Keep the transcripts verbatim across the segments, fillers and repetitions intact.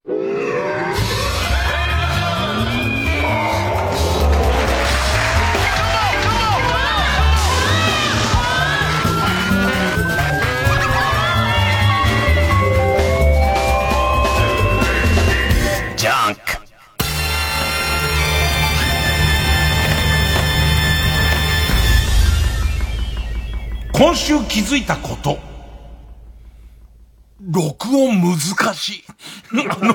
今週気づいたこと。録音難しい。あの、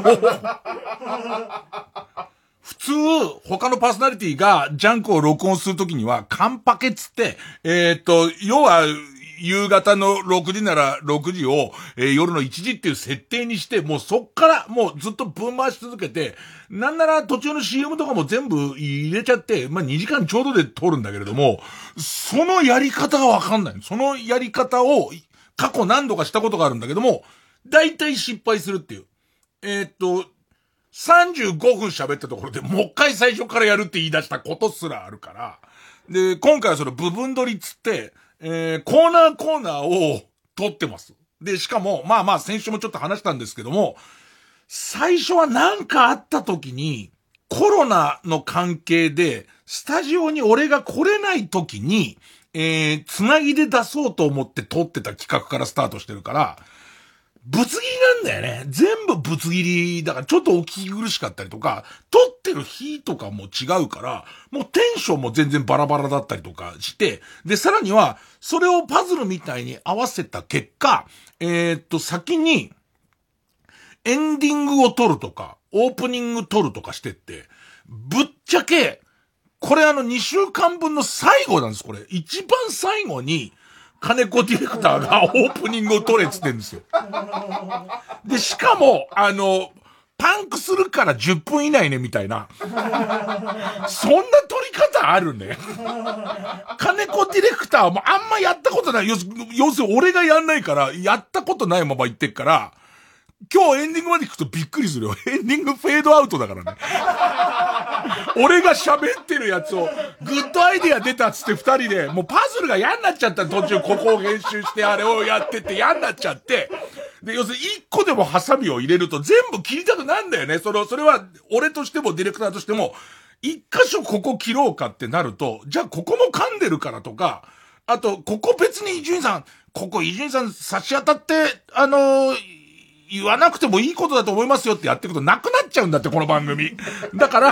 普通、他のパーソナリティがジャンクを録音するときには、カンパケっつって、えっと、要は、夕方のろくじならろくじを、えー、夜のいちじっていう設定にして、もうそっからもうずっとぶん回し続けて、なんなら途中の シーエム とかも全部入れちゃって、まあ、にじかんちょうどで撮るんだけれども、そのやり方がわかんない。そのやり方を過去何度かしたことがあるんだけども、大体失敗するっていう。えー、っと、さんじゅうごふん喋ったところでもう一回最初からやるって言い出したことすらあるから。で、今回はその部分撮りっつって、えー、コーナーコーナーを撮ってます。で、しかも、まあまあ先週もちょっと話したんですけども、最初はなんかあった時に、コロナの関係で、スタジオに俺が来れない時に、えー、つなぎで出そうと思って撮ってた企画からスタートしてるから、ぶつ切りなんだよね。全部ぶつ切りだからちょっとお聞き苦しかったりとか、撮ってる日とかも違うから、もうテンションも全然バラバラだったりとかして、で、さらには、それをパズルみたいに合わせた結果、えー、っと、先に、エンディングを撮るとか、オープニング撮るとかしてって、ぶっちゃけ、これあのにしゅうかんぶんの最後なんです、これ。一番最後に、金子ディレクターがオープニングを撮れっつってんですよ。で、しかも、あの、パンクするからじゅっぷん以内ね、みたいな。そんな撮り方あるね。金子ディレクターもあんまやったことない。要するに俺がやんないから、やったことないまま言ってっから、今日エンディングまで聞くとびっくりするよ。エンディングフェードアウトだからね。俺が喋ってるやつを、グッドアイディア出たっつって二人で、もうパズルが嫌になっちゃった。途中ここを編集してあれをやってって嫌になっちゃって。で、要するに一個でもハサミを入れると全部切りたくなんだよね。その、それは俺としてもディレクターとしても、一箇所ここ切ろうかってなると、じゃあここも噛んでるからとか、あと、ここ別に伊集院さん、ここ伊集院さん差し当たって、あのー、言わなくてもいいことだと思いますよってやっていくとなくなっちゃうんだって、この番組。だから、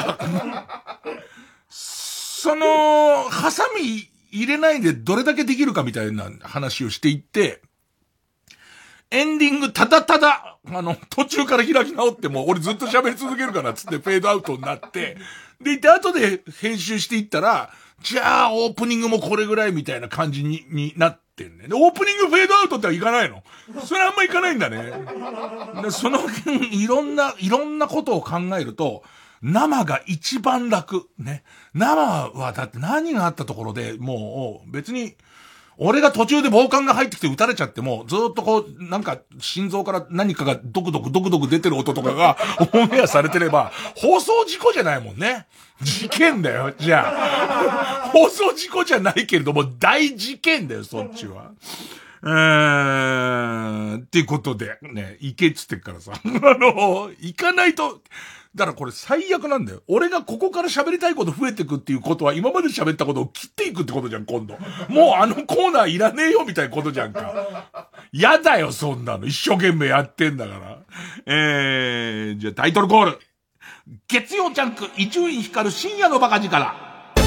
その、ハサミ入れないでどれだけできるかみたいな話をしていって、エンディングただただ、あの、途中から開き直っても、俺ずっと喋り続けるからつってフェードアウトになって、で、いて後で編集していったら、じゃあオープニングもこれぐらいみたいな感じに、になってんね。で、オープニングフェードアウトってはいかないの。それあんまいかないんだね。でその辺、いろんな、いろんなことを考えると、生が一番楽。ね。生はだって何があったところで、もう別に、俺が途中で暴漢が入ってきて撃たれちゃっても、ずーっとこう、なんか、心臓から何かがドクドクドクドク出てる音とかがオンエアされてれば、放送事故じゃないもんね。事件だよ、じゃあ。放送事故じゃないけれども、大事件だよ、そっちは。うーん、っていうことで、ね、行けっつってっからさ。あの、行かないと、だからこれ最悪なんだよ。俺がここから喋りたいこと増えてくっていうことは今まで喋ったことを切っていくってことじゃん、今度。もうあのコーナーいらねえよみたいなことじゃんか。やだよ、そんなの。一生懸命やってんだから。えー、じゃあタイトルコール。月曜ジャンク、伊集院光る深夜のバカ力。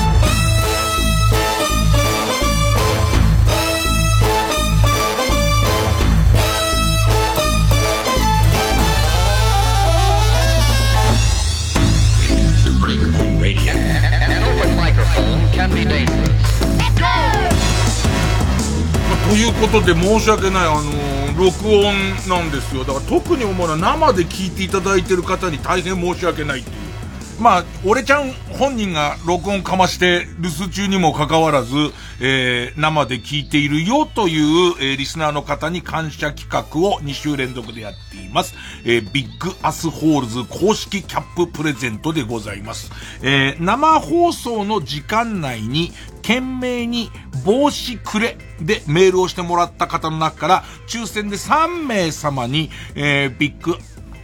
ということで申し訳ない、あのー、録音なんですよ。だから特に思うのは生で聞いていただいてる方に大変申し訳ないっていう。まあ、俺ちゃん本人が録音かまして留守中にもかかわらず、えー、生で聞いているよという、えー、リスナーの方に感謝企画をに週連続でやっています。えー、ビッグアスホールズ公式キャッププレゼントでございます。えー、生放送の時間内に懸命に帽子くれでメールをしてもらった方の中から抽選でさんめい様に、えー、ビッグ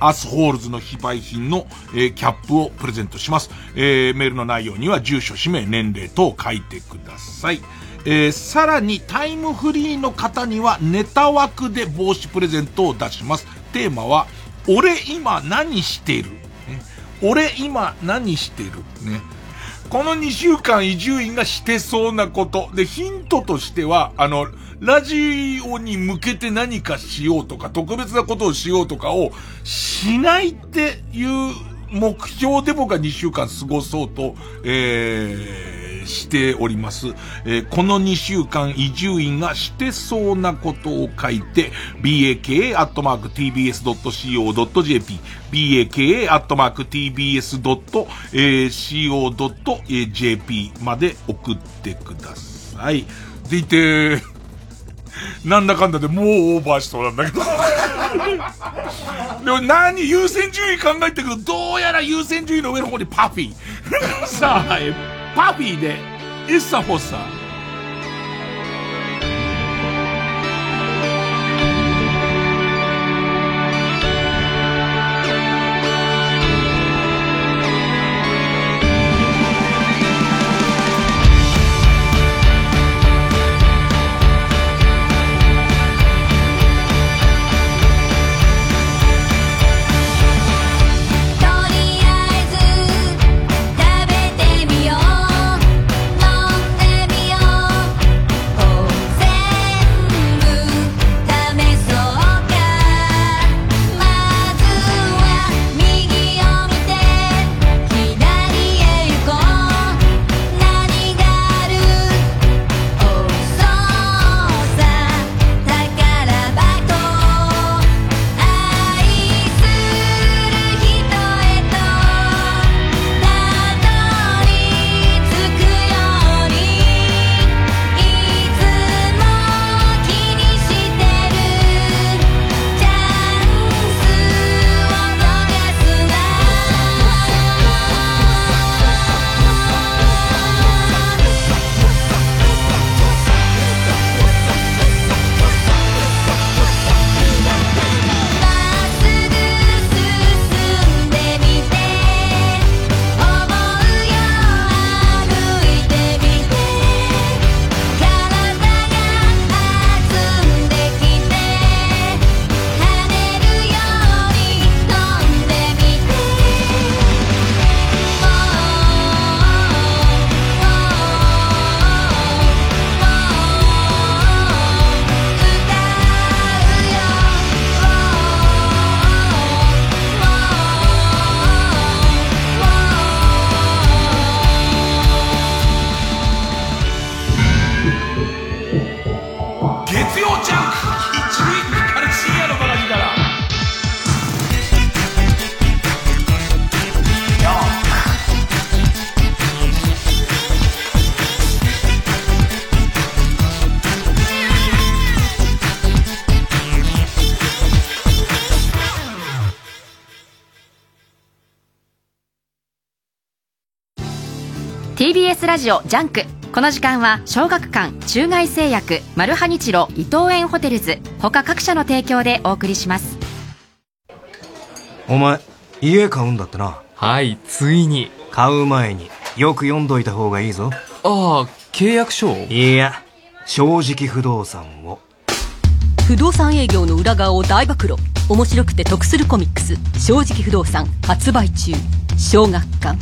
アースホールズの非売品の、えー、キャップをプレゼントします。えー、メールの内容には住所、氏名、年齢等を書いてください。えー、さらにタイムフリーの方にはネタ枠で帽子プレゼントを出します。テーマは、俺今何してる、ね、俺今何してるね。このにしゅうかん伊集院がしてそうなことで、ヒントとしては、あの、ラジオに向けて何かしようとか、特別なことをしようとかをしないっていう目標で僕はにしゅうかん過ごそうと、えー、しております。えー、このにしゅうかん伊集院がしてそうなことを書いて、ビーエーケーエーアットマークティービーエスドットシーオードットジェーピー、ビーエーケーエーアットマークティービーエスドットシーオードットジェーピー まで送ってください。でいて、なんだかんだでもうオーバーしそうなんだけど。でも何優先順位考えてくると、どうやら優先順位の上の方にパフィー。さあ、パフィーで、イッサフォッサー。 ティービーエス ラジオジャンク。この時間は小学館、中外製薬、マルハニチロ、伊藤園ホテルズ他各社の提供でお送りします。 お前家買うんだってな。 はい、ついに。 買う前によく読んどいた方がいいぞ。 ああ、契約書を。 いや、正直不動産を。 不動産営業の裏側を大暴露。面白くて得するコミックス、正直不動産発売中。小学館。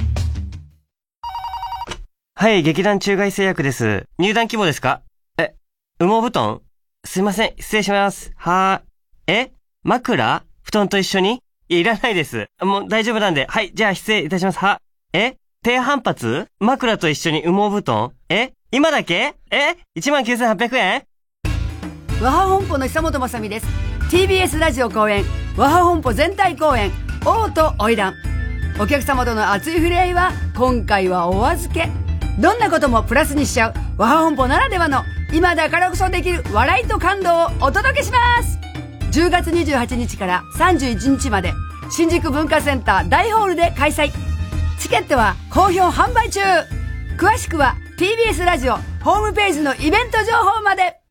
はい、劇団中外製薬です。入団希望ですか？え、羽毛布団？すいません、失礼します。はー。え？枕？布団と一緒に？いや、いらないです。もう大丈夫なんで。はい、じゃあ失礼いたします。は、え？低反発？枕と一緒に羽毛布団？え？今だけ？え？ いちまんきゅうせんはっぴゃくえん？ 和ハ本舗の久本雅美です。 ティービーエス ラジオ公演和ハ本舗全体公演王と花魁。お客様との熱い触れ合いは今回はお預け。どんなこともプラスにしちゃう和ハ本舗ならではの今だからこそできる笑いと感動をお届けします。じゅうがつにじゅうはちにちからさんじゅういちにちまで新宿文化センター大ホールで開催。チケットは好評販売中。詳しくは ティービーエス ラジオホームページのイベント情報まで。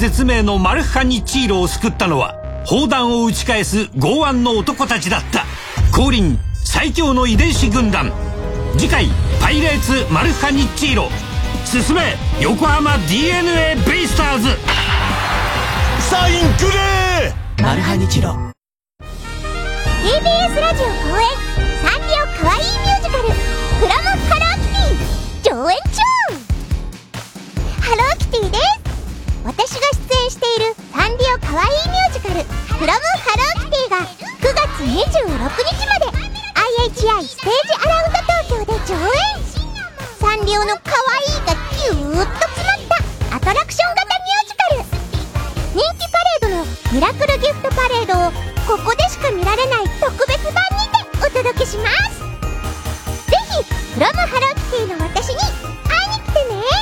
絶命のマルハニチーロを救ったのは砲弾を打ち返す剛腕の男たちだった。降臨最強の遺伝子軍団。次回パイレーツマルハニチーロ。進め横浜 ディーエヌエー ベイスターズ。 サインくれーマルハニチロ。 ティービーエス ラジオ公演サンリオかわいいミュージカルクラムハローキティ上演中。ハローキティです。私が出演しているサンリオかわいいミュージカルクラムハローキティがくがつにじゅうろくにちまで アイエイチアイ ステージアラウンド東京で上演。サンリオのかわいいがぎゅーっと詰まったアトラクション型ミュージカル。人気パレードのミラクルギフトパレードをここでしか見られない特別版にてお届けします。ぜひフロムハローキティの私に会いに来てね。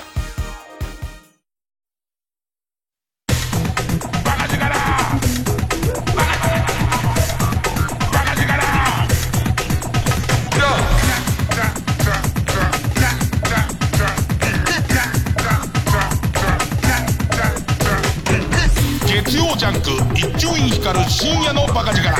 月曜ジャンク一丁院光る深夜のバカ力。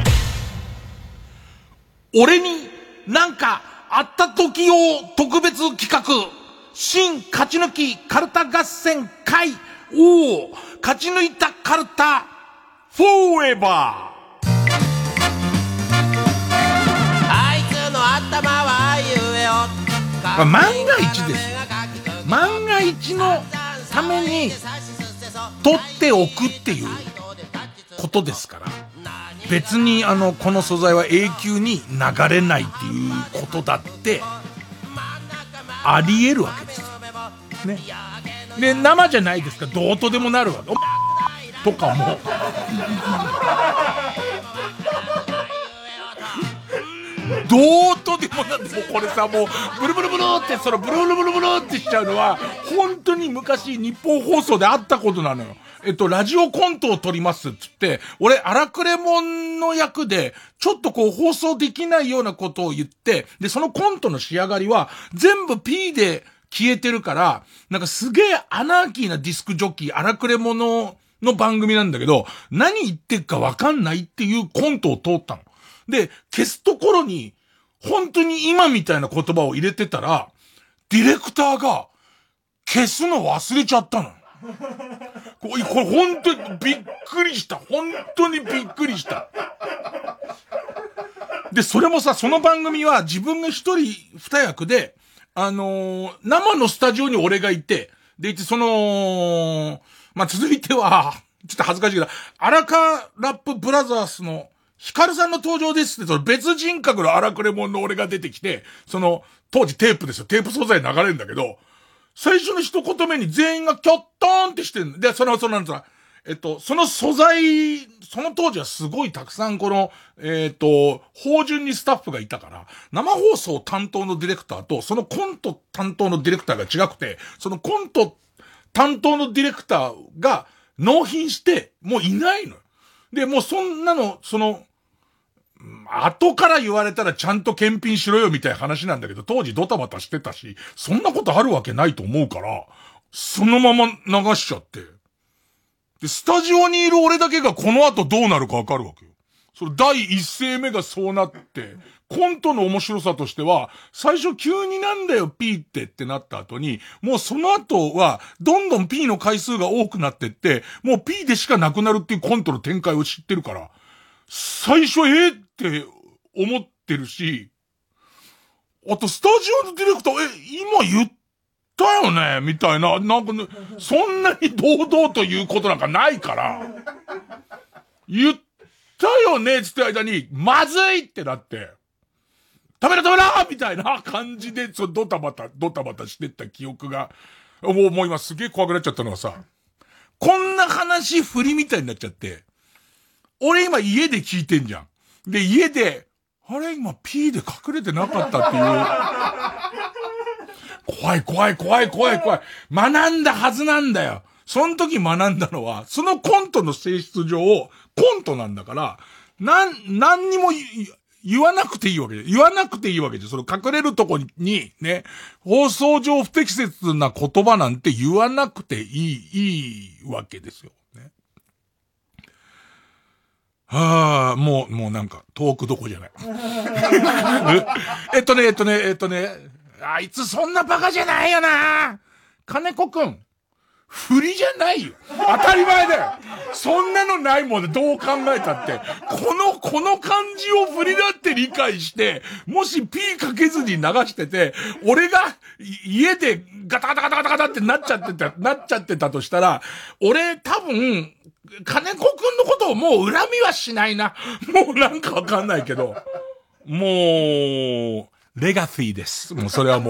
俺になんかあった時を特別企画新勝ち抜きカルタ合戦会。おお、勝ち抜いたカルタフォーエバー。 あいつの頭はゆえよ、 まあ、万が一ですよ。万が一のために取っておくっていうことですから、別にあのこの素材は永久に流れないっていうことだってあり得るわけですよね。で生じゃないですか、どうとでもなるわけとかもどうとでもなって、もうこれさ、もうブルブルブルってそのブルブルブルブルってしちゃうのは本当に昔日本放送であったことなのよ。えっとラジオコントを撮りますっつって、俺荒くれ者の役でちょっとこう放送できないようなことを言って、でそのコントの仕上がりは全部 P で消えてるから、なんかすげえアナーキーなディスクジョッキー荒くれ者の番組なんだけど、何言ってるかわかんないっていうコントを通ったの。で消すところに本当に今みたいな言葉を入れてたら、ディレクターが消すの忘れちゃったの。これ本当にびっくりした。本当にびっくりした。で、それもさ、その番組は自分が一人二役で、あのー、生のスタジオに俺がいて、でいて、その、まあ、続いては、ちょっと恥ずかしいけど、荒川ラップブラザースのヒカルさんの登場ですって、その別人格の荒くれ者の俺が出てきて、その、当時テープですよ。テープ素材流れるんだけど、最初の一言目に全員がキョットーンってしてる。で、その、そのなんつうの、えっと、その素材、その当時はすごいたくさんこの、えっと、法順にスタッフがいたから、生放送担当のディレクターと、そのコント担当のディレクターが違くて、そのコント担当のディレクターが納品して、もういないのよ。で、もうそんなの、その、後から言われたらちゃんと検品しろよみたいな話なんだけど、当時ドタバタしてたし、そんなことあるわけないと思うから、そのまま流しちゃって。で、スタジオにいる俺だけがこの後どうなるかわかるわけよ。それ第一声目がそうなって、コントの面白さとしては、最初急になんだよ P ってってなった後に、もうその後は、どんどん P の回数が多くなってって、もう P でしかなくなるっていうコントの展開を知ってるから、最初えーって思ってるし、あとスタジオのディレクター、え、今言ったよねみたいな、なんかね、そんなに堂々と言うことなんかないから、言ったよねつって間に、まずいってなって、食べろ食べろみたいな感じで、そドタバタ、ドタバタしてった記憶が、もう、もう今すげえ怖くなっちゃったのはさ、こんな話振りみたいになっちゃって、俺今家で聞いてんじゃん。で、家で、あれ今 P で隠れてなかったっていう。怖い怖い怖い怖い怖い。学んだはずなんだよ。その時学んだのは、そのコントの性質上、コントなんだから、なん、何にも言わなくていいわけで、言わなくていいわけで、その隠れるとこに、ね、放送上不適切な言葉なんて言わなくていい、いいわけですよ。ね。はあ、もう、もうなんか、遠くどこじゃない。えっとね、えっとね、えっとね、あいつそんなバカじゃないよな。金子くん。振りじゃないよ。当たり前だよ。そんなのないもんで、どう考えたって。この、この漢字を振りだって理解して、もし P かけずに流してて、俺が家でガタガタガタガタガタってなっちゃってた、なっちゃってたとしたら、俺多分、金子くんのことをもう恨みはしないな。もうなんかわかんないけど。もう、レガシーです。もうそれはもう。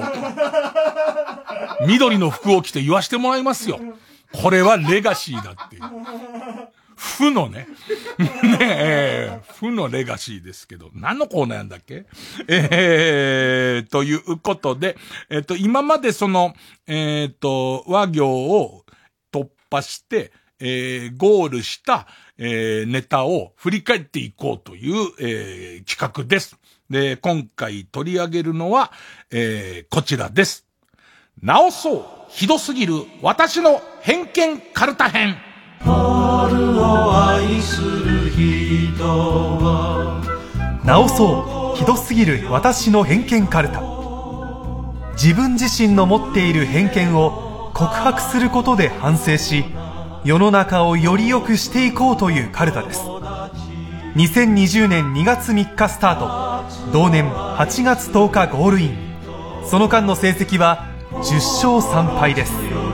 緑の服を着て言わしてもらいますよ。これはレガシーだっていう。負のね。ねえ、負のレガシーですけど。何のコーナーなんだっけえー、ということで、えっと、今までその、えっと、和行を突破して、えー、ゴールした、えー、ネタを振り返っていこうという、えー、企画です。で、今回取り上げるのは、えー、こちらです。直そう、ひどすぎる、私の偏見カルタ編。 春を愛する人は直そう、ひどすぎる私の偏見カルタ。自分自身の持っている偏見を告白することで反省し、世の中をより良くしていこうというカルタです。にせんにじゅうねんにがつみっかスタート、同年はちがつとおかゴールイン。その間の成績はじゅっしょうさんはいです。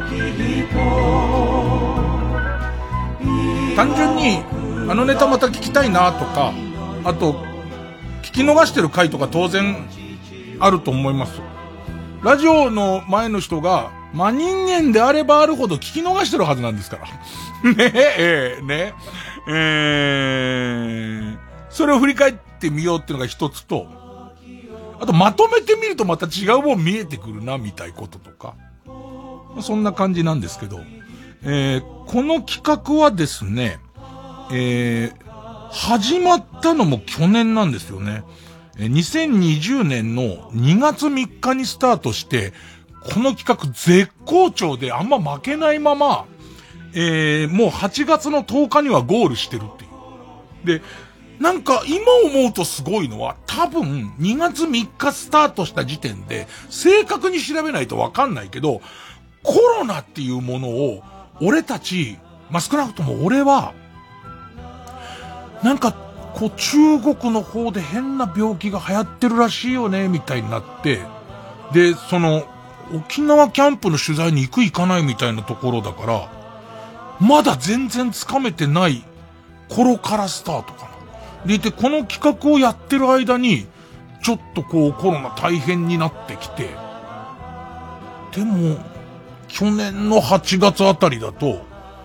単純にあのネタまた聞きたいなとか、あと聞き逃してる回とか当然あると思います。ラジオの前の人が真人間であればあるほど聞き逃してるはずなんですからねええねえー、それを振り返ってみようっていうのが一つと、あとまとめてみるとまた違うもん見えてくるなみたいこととか、そんな感じなんですけど、えー、この企画はですね、えー、始まったのも去年なんですよね。にせんにじゅうねんのにがつみっかにスタートして、この企画絶好調であんま負けないまま、えー、もうはちがつのとおかにはゴールしてるっていう。で、なんか今思うとすごいのは、多分にがつみっかスタートした時点で正確に調べないとわかんないけど、コロナっていうものを俺たち、まあ、少なくとも俺はなんかこう中国の方で変な病気が流行ってるらしいよねみたいになって、でその沖縄キャンプの取材に行く行かないみたいなところだから、まだ全然つかめてない頃からスタートかな。でいて、この企画をやってる間にちょっとこうコロナ大変になってきて、でも去年のはちがつあたりだと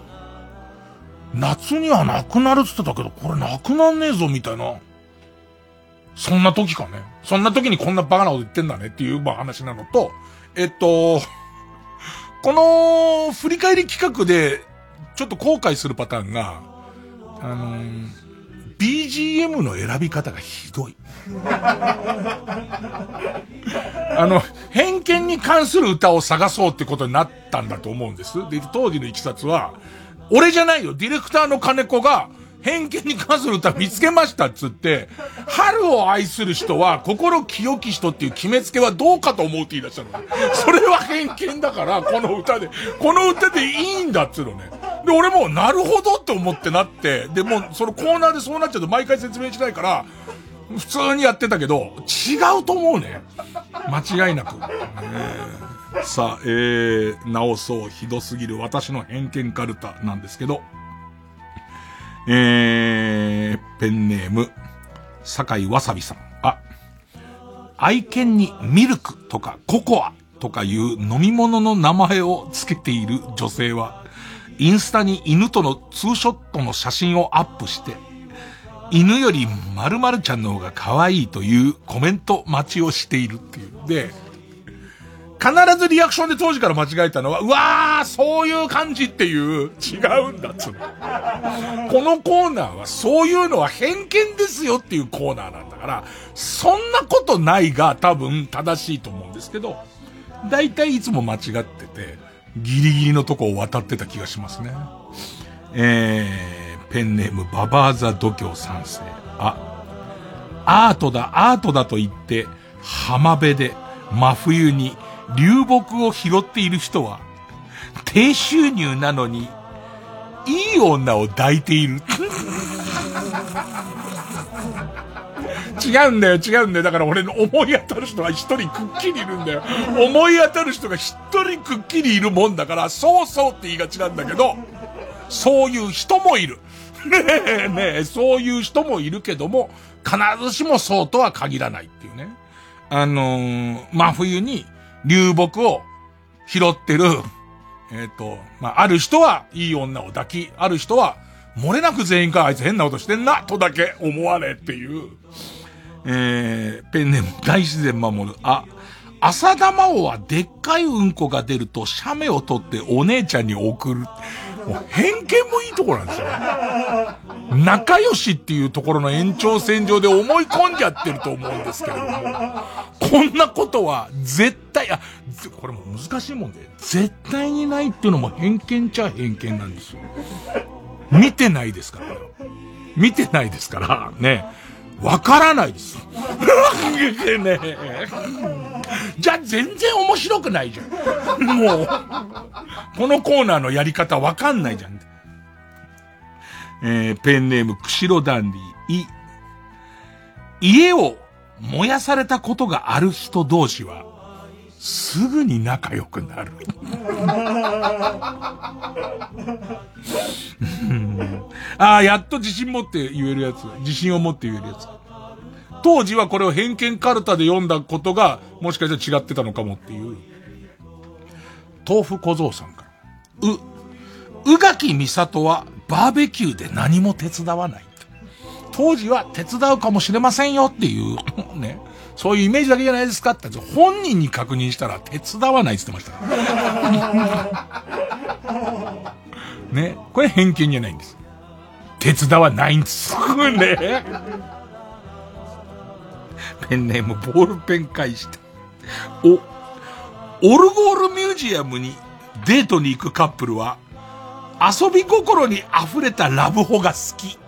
夏にはなくなるって言ってたけど、これなくなんねえぞみたいな、そんな時かね。そんな時にこんなバカなこと言ってんだねっていうまあ話なのと、えっとこの振り返り企画でちょっと後悔するパターンが、あのー、ビージーエム の選び方がひどい。あの、偏見に関する歌を探そうってことになったんだと思うんです。で、当時のいきさつは、俺じゃないよ、ディレクターの金子が、偏見に関する歌見つけましたっつって、春を愛する人は心清き人っていう決めつけはどうかと思うって言い出したのね。それは偏見だから、この歌で、この歌でいいんだっつうのね。で、俺もなるほどって思ってなって、で、もうそのコーナーでそうなっちゃうと毎回説明しないから、普通にやってたけど、違うと思うね。間違いなく。ね、さあ、えー、直そう、ひどすぎる私の偏見カルタなんですけど、えー、ペンネーム、坂井わさびさん。あ、愛犬にミルクとかココアとかいう飲み物の名前をつけている女性は、インスタに犬とのツーショットの写真をアップして、犬より〇〇ちゃんの方が可愛いというコメント待ちをしているっていう。で、 必ずリアクションで当時から間違えたのは、うわー、そういう感じっていう、違うんだっつうの。このコーナーはそういうのは偏見ですよっていうコーナーなんだから、そんなことないが多分正しいと思うんですけど、だいたいいつも間違ってて、ギリギリのとこを渡ってた気がしますね。えー、ペンネームババーザ度胸三世。あ、アートだ、アートだと言って、浜辺で真冬に流木を拾っている人は、低収入なのに、いい女を抱いている。違うんだよ、違うんだよ。だから俺の思い当たる人が一人くっきりいるんだよ。思い当たる人が一人くっきりいるもんだから、そうそうって言いがちなんだけど、そういう人もいる。ねえねえ、そういう人もいるけども、必ずしもそうとは限らないっていうね。あのー、真冬に流木を拾ってる、えっと、まあ、ある人はいい女を抱き、ある人は漏れなく全員からあいつ変なことしてんな、とだけ思われっていう、えー、ペンネーム大自然守る。あ、浅田真央はでっかいうんこが出ると写メを撮ってお姉ちゃんに送る。もう偏見もいいところなんですよ。仲良しっていうところの延長線上で思い込んじゃってると思うんですけれども、こんなことは絶対、あ、これも難しいもんで、絶対にないっていうのも偏見っちゃ偏見なんですよ。見てないですから。見てないですから、ね。わからないです。ねえ。じゃあ全然面白くないじゃん。もう、このコーナーのやり方わかんないじゃん。えー、ペンネーム、釧路ダンディ。い、家を燃やされたことがある人同士は、すぐに仲良くなる。ああ、やっと自信持って言えるやつ。自信を持って言えるやつ。当時はこれを偏見カルタで読んだことが、もしかしたら違ってたのかもっていう。豆腐小僧さんから。う、宇垣美里はバーベキューで何も手伝わない。当時は手伝うかもしれませんよっていう、ね。そういうイメージだけじゃないですかって。本人に確認したら手伝わないって言ってました。ね。これ偏見じゃないんです。手伝わないんです。ね。ペンネームボールペン返して。お、オルゴールミュージアムにデートに行くカップルは、遊び心に溢れたラブホが好き。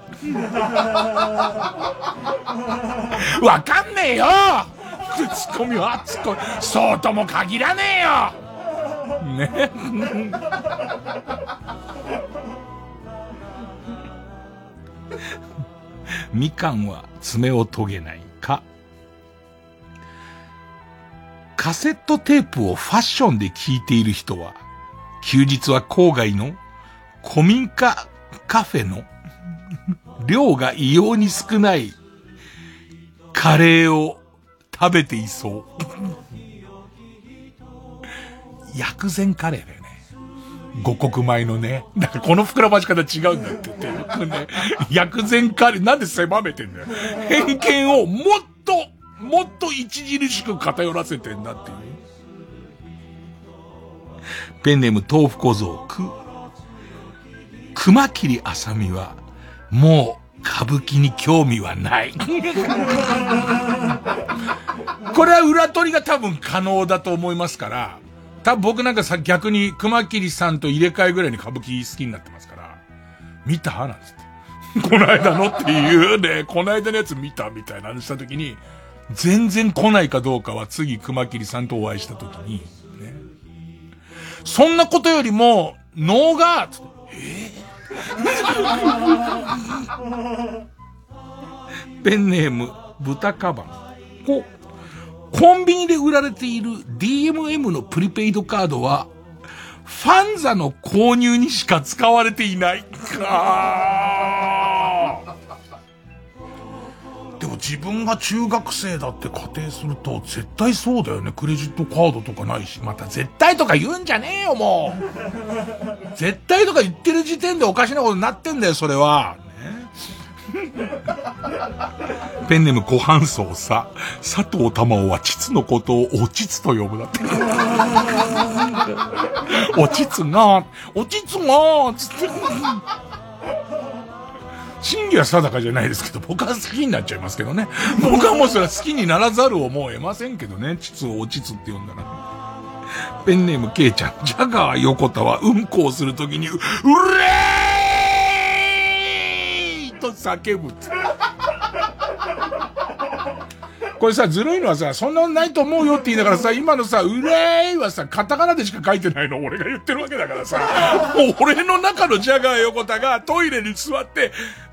わかんねえよ。ツッコミはツッコミ、そうとも限らねえよ。ね。みかんは爪を研げないか。カセットテープをファッションで聴いている人は、休日は郊外の古民家カフェの量が異様に少ないカレーを食べていそう。薬膳カレーだよね。五穀米のね。だからこの膨らまし方違うんだって言って、ね。薬膳カレー、なんで狭めてんだよ。偏見をもっと、もっと著しく偏らせてんだっていう。ペンネーム豆腐小僧、く、熊切あさみは、もう歌舞伎に興味はない。これは裏取りが多分可能だと思いますから、多分僕なんかさ、逆に熊切さんと入れ替えぐらいに歌舞伎好きになってますから、見たなんつって。この間のっていうね、この間のやつ見たみたいな話した時に、全然来ないかどうかは次熊切さんとお会いした時に、ね。そんなことよりも、脳が、つってえー、ペンネーム、豚カバン。こ、コンビニで売られている ディーエムエム のプリペイドカードは、ファンザの購入にしか使われていない。あでも自分が中学生だって仮定すると絶対そうだよね。クレジットカードとかないし。また絶対とか言うんじゃねえよもう。絶対とか言ってる時点でおかしなことになってんだよそれは。ね、 ペンネームご半層さ、佐藤珠緒は膣のことをお膣と呼ぶだって。お膣が、お膣が、つって。真偽は定かじゃないですけど、僕は好きになっちゃいますけどね。僕はもうそれは好きにならざるをもう得ませんけどね。膣をお膣って呼んだら。ペンネームケイちゃん、ジャガー横田はうんこをするときに、う、うれーいと叫ぶって。これさ、ずるいのはさ、そんなのないと思うよって言いながらさ、今のさ、うれーいはさ、カタカナでしか書いてないの俺が言ってるわけだからさ、もう俺の中のジャガー横田がトイレに座って、う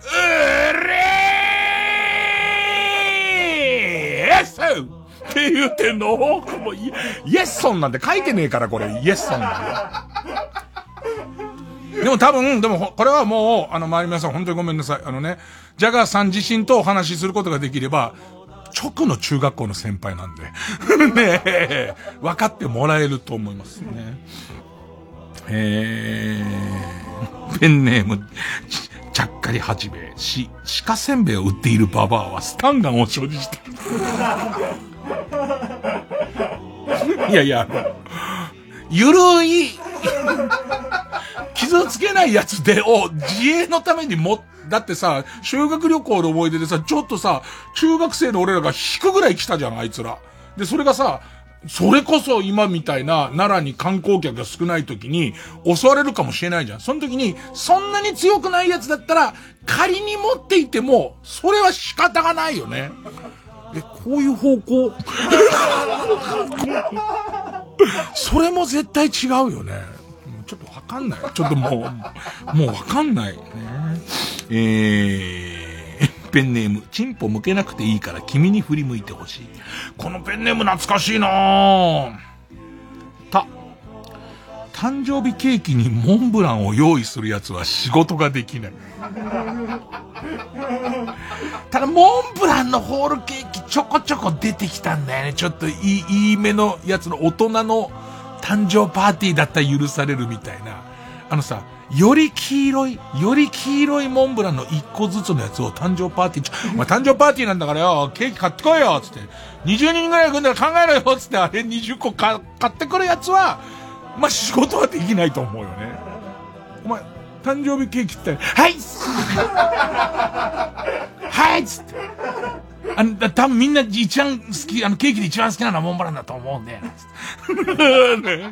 れーいって言ってんのもうイエッソンなんて書いてねえからこれ、イエッソンなんで。でも多分、でもこれはもう、あの、周り皆さん本当にごめんなさい。あのね、ジャガーさん自身とお話しすることができれば、直の中学校の先輩なんでねえ分かってもらえると思いますね。えー、ペンネームちゃっかりはじめし鹿せんべいを売っているババアはスタンガンを所持している。いやいや、ゆるい傷つけないやつでを自衛のためにもだってさ、修学旅行の思い出でさ、ちょっとさ、中学生の俺らが引くぐらい来たじゃん、あいつら。で、それがさ、それこそ今みたいな奈良に観光客が少ない時に襲われるかもしれないじゃん。その時に、そんなに強くないやつだったら、仮に持っていても、それは仕方がないよね。え、こういう方向それも絶対違うよね。ちょっとわかんない。ちょっともう、もうわかんないね。えー、ペンネーム、チンポ向けなくていいから君に振り向いてほしい。このペンネーム懐かしいなぁ。た、誕生日ケーキにモンブランを用意するやつは仕事ができない。ただ、モンブランのホールケーキちょこちょこ出てきたんだよね。ちょっといい、いいめのやつの大人の誕生パーティーだったら許されるみたいな。あのさ、より黄色い、より黄色いモンブランの一個ずつのやつを誕生パーティー、ちょ、お前誕生パーティーなんだからよ、ケーキ買ってこいよつって、にじゅうにんぐらい来るんだから考えろよつって、あれにじゅっこか買ってくるやつは、まあ、仕事はできないと思うよね。お前、誕生日ケーキってはいはいっつって。あの、多分みんな一番好き、あの、ケーキで一番好きなのはモンブランだと思うんだよ。ね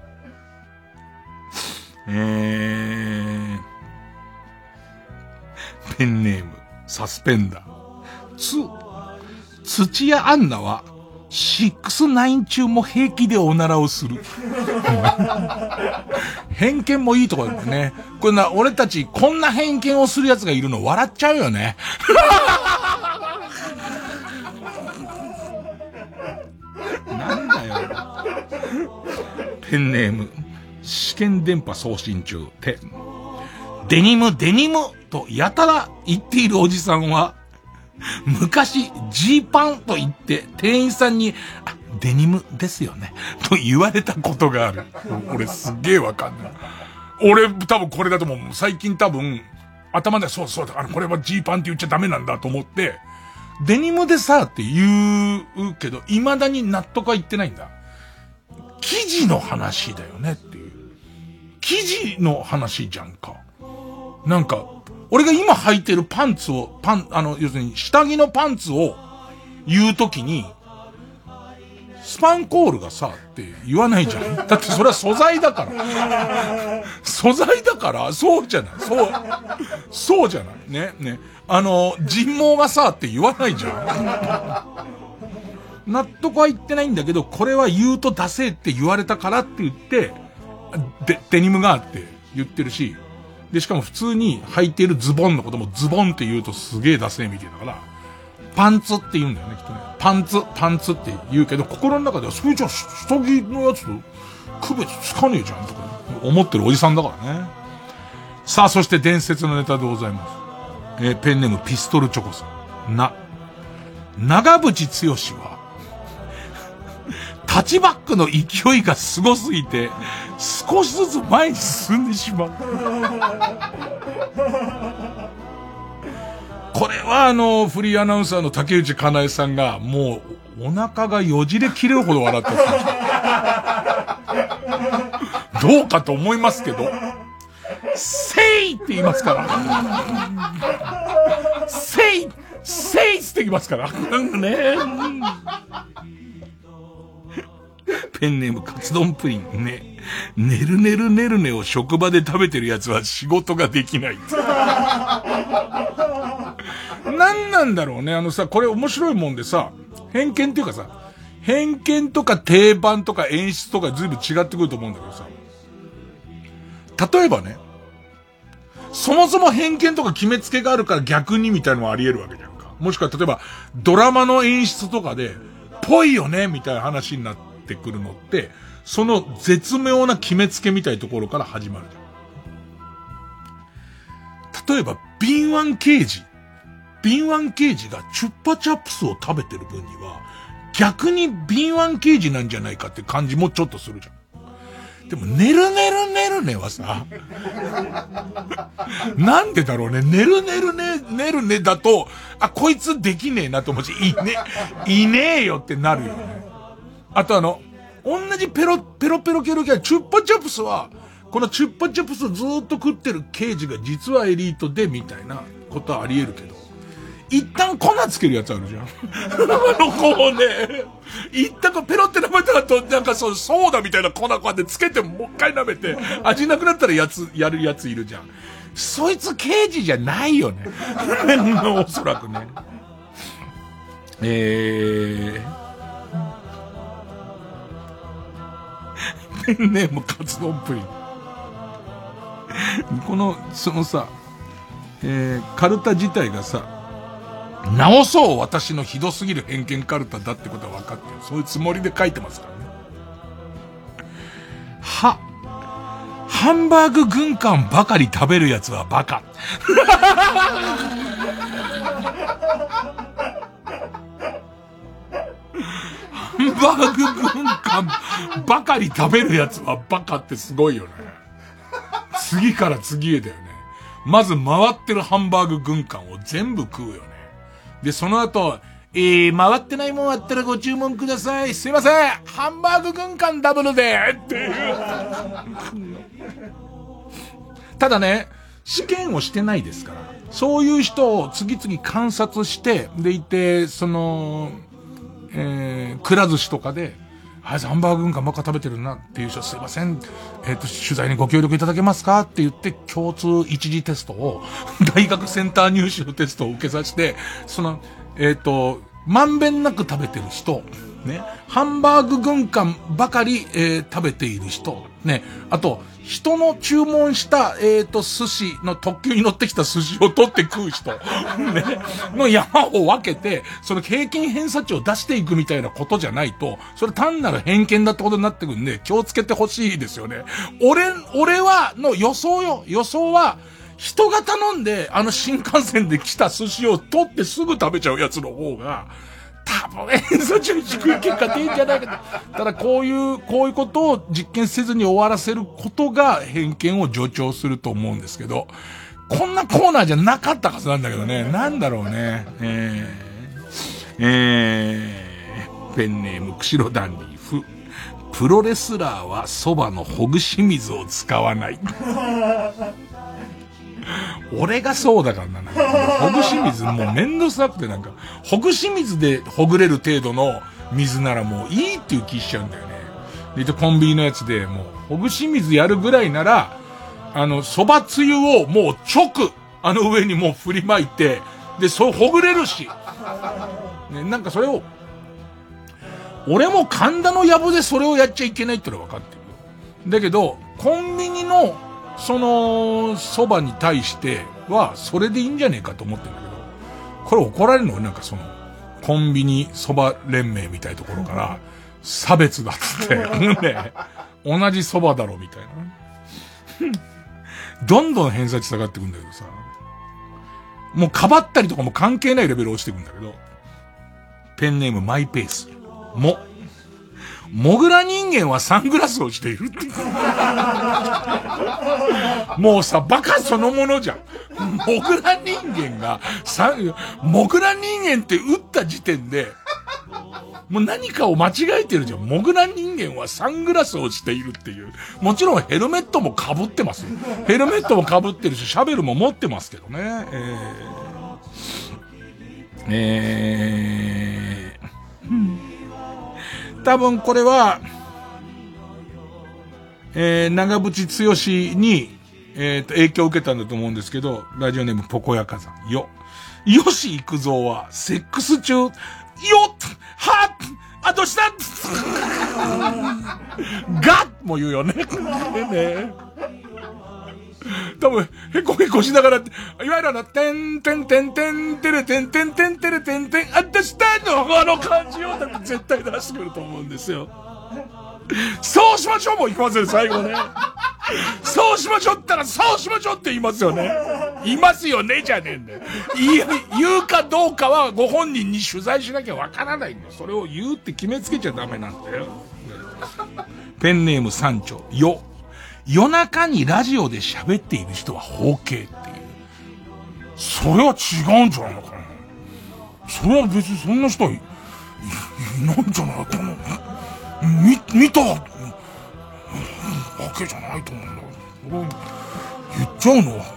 えー、ペンネーム、サスペンダー。つ、土屋アンナは、シックスナイン中も平気でおならをする。偏見もいいところだよね。これな、俺たちこんな偏見をする奴がいるの笑っちゃうよね。なんだよ。ペンネーム、試験電波送信中って、デニムデニムとやたら言っているおじさんは、昔ジーパンと言って店員さんに、あ、デニムですよねと言われたことがある。俺すっげえわかんない。俺多分これだと思う。最近多分頭でそうそうだ、あのこれはジーパンって言っちゃダメなんだと思って、デニムでさって言うけど未だに納得は言ってないんだ。生地の話だよねっていう。生地の話じゃんか。なんか、俺が今履いてるパンツを、パン、あの、要するに下着のパンツを言うときに、スパンコールがさ、って言わないじゃん。だってそれは素材だから。素材だから、そうじゃない。そう、そうじゃない。ね、ね。あの、人毛がさ、って言わないじゃん。納得は言ってないんだけど、これは言うとダセーって言われたからって言って、で、デニムがって言ってるし、で、しかも普通に履いているズボンのこともズボンって言うとすげえダセーみたいだから、パンツって言うんだよね、きっとね。パンツ、パンツって言うけど、心の中ではそれじゃ下着のやつと区別つかねえじゃんとか思ってるおじさんだからね。さあ、そして伝説のネタでございます。えー、ペンネームピストルチョコさん。な、長渕剛は、タッチバックの勢いがすごすぎて、少しずつ前に進んでしまう。 これはあの、フリーアナウンサーの竹内かなえさんが、もう、お腹がよじれ切れるほど笑ってました。どうかと思いますけど、せいって言いますから。せいせいって言いますから。ね。ペンネームカツ丼プリンね。ねるねるねるねを職場で食べてるやつは仕事ができない。なんなんだろうね。あのさ、これ面白いもんでさ、偏見っていうかさ、偏見とか定番とか演出とか随分違ってくると思うんだけどさ。例えばね、そもそも偏見とか決めつけがあるから逆にみたいなのもあり得るわけじゃんか。もしくは例えばドラマの演出とかで、ぽいよねみたいな話になってくるのって、その絶妙な決めつけみたいなところから始まるじゃん。例えば、敏腕刑事。敏腕刑事がチュッパチャップスを食べてる分には、逆に敏腕刑事なんじゃないかって感じもちょっとするじゃん。でも、ねるねるねるねはさ、なんでだろうね、ねるねるね、ねるねだと、あ、こいつできねえなと思うし、いね、いねえよってなるよね。あとあの、同じペロ、ペロペロケロケロ、チュッパチャプスは、このチュッパチャプスをずーっと食ってる刑事が実はエリートで、みたいなことはあり得るけど、一旦粉つけるやつあるじゃん。あの子をね、一旦こうペロって舐めた後、なんかそう、ソーダみたいな粉こうやってつけてもう一回舐めて、味なくなったらやつ、やるやついるじゃん。そいつ刑事じゃないよね。おそらくね。えー。ペンネームカツ丼プリン。この、そのさ、えー、カルタ自体がさ、直そう私のひどすぎる偏見カルタだってことは分かってる。そういうつもりで書いてますからね。は、ハンバーグ軍艦ばかり食べるやつはバカ。ハンバーグ軍艦ばかり食べるやつはバカってすごいよね。次から次へだよね。まず回ってるハンバーグ軍艦を全部食うよね。で、その後、えー、回ってないもんあったらご注文ください。すいません。ハンバーグ軍艦ダブルでっていう。ただね、試験をしてないですから。そういう人を次々観察して、でいて、その、えー、くら寿司とかで、あいつハンバーグ軍艦ばっか食べてるなっていう人、すいません。えっと、取材にご協力いただけますかって言って、共通一次テストを、大学センター入試のテストを受けさせて、その、えっと、まんべんなく食べてる人、ね、ハンバーグ軍艦ばかり、えー、食べている人、ね、あと、人の注文した、えっと、寿司の特急に乗ってきた寿司を取って食う人、ね、の山を分けて、その平均偏差値を出していくみたいなことじゃないと、それ単なる偏見だってことになってくるんで、気をつけてほしいですよね。俺、俺は、の予想よ、予想は、人が頼んで、あの新幹線で来た寿司を取ってすぐ食べちゃうやつの方が、多分偏差値に低い結果出んじゃないかと。ただこういう、こういうことを実験せずに終わらせることが偏見を助長すると思うんですけど、こんなコーナーじゃなかったはずなんだけどね。なんだろうね。えー、えー、ペンネーム釧路ダンディフ。プロレスラーはそばのほぐし水を使わない。俺がそうだからな。なんかほぐし水もうめんどくさくてなんか、ほぐし水でほぐれる程度の水ならもういいっていう気しちゃうんだよね。で、コンビニのやつでもう、ほぐし水やるぐらいなら、あの、蕎麦つゆをもう直、あの上にもう振りまいて、で、そうほぐれるし。ね、なんかそれを、俺も神田のやぶでそれをやっちゃいけないってのは分かってる。だけど、コンビニの、その、蕎麦に対しては、それでいいんじゃねえかと思ってるんだけど、これ怒られるのなんかその、コンビニ蕎麦連盟みたいなところから、差別だっつって、ね、同じ蕎麦だろみたいな。どんどん偏差値下がってくんだけどさ、もうかばったりとかも関係ないレベル落ちてくんだけど、ペンネームマイペース。も、モグラ人間はサングラスをしているって。もうさ、バカそのものじゃん。 モグラ人間が、さ、モグラ人間って打った時点で、もう何かを間違えてるじゃん。モグラ人間はサングラスをしているっていう。もちろんヘルメットも被ってますよ。ヘルメットも被ってるし、シャベルも持ってますけどね。えー、えー、うん、多分これは、えー、長渕剛に、えー、と影響を受けたんだと思うんですけど、ラジオネームポコヤカさん。よ。吉幾三はセックス中、よっはっあ、どうしたがも言うよね。ね多分、へこへこしながら、いわゆるあの、てんてんてんてんてれてんてんてんてれてんてん、あ、どうしたのあの感じを絶対出してくると思うんですよ。そうしましょうも言いますよね、最後ね。そうしましょうったら、そうしましょうって言いますよね。言いますよね、じゃねえんだよ。言う、言うかどうかはご本人に取材しなきゃわからないんだよ。それを言うって決めつけちゃダメなんだよ。ペンネーム三丁。よ。夜中にラジオで喋っている人は包茎っていう。それは違うんじゃないのかな。それは別にそんな人はい、いないんじゃないかな。み、見たわけじゃないと思うんだ。俺、言っちゃうのは、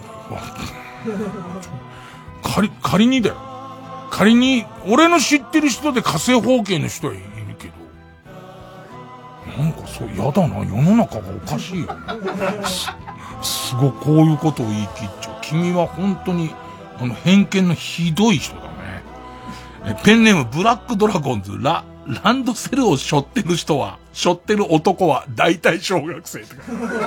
仮、仮にだよ。仮に、俺の知ってる人で火星包茎の人はいるけど、なんかそう、やだな、世の中がおかしいよね。す、すごいこういうことを言い切っちゃう。君は本当に、あの、偏見のひどい人だね。え、ペンネームブラックドラゴンズ、ラ、ランドセルを背負ってる人は、背負ってる男は大体小学生とか。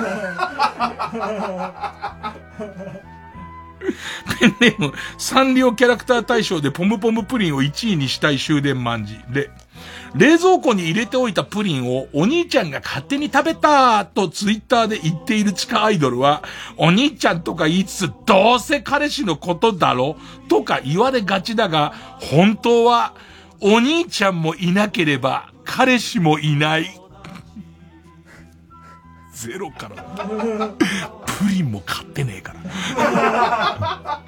ペンネーム、サンリオキャラクター大賞でポムポムプリンをいちいにしたい終電万事。で、冷蔵庫に入れておいたプリンをお兄ちゃんが勝手に食べたとツイッターで言っている地下アイドルは、お兄ちゃんとか言いつつどうせ彼氏のことだろとか言われがちだが、本当はお兄ちゃんもいなければ彼氏もいない。ゼロから。プリンも買ってねえから。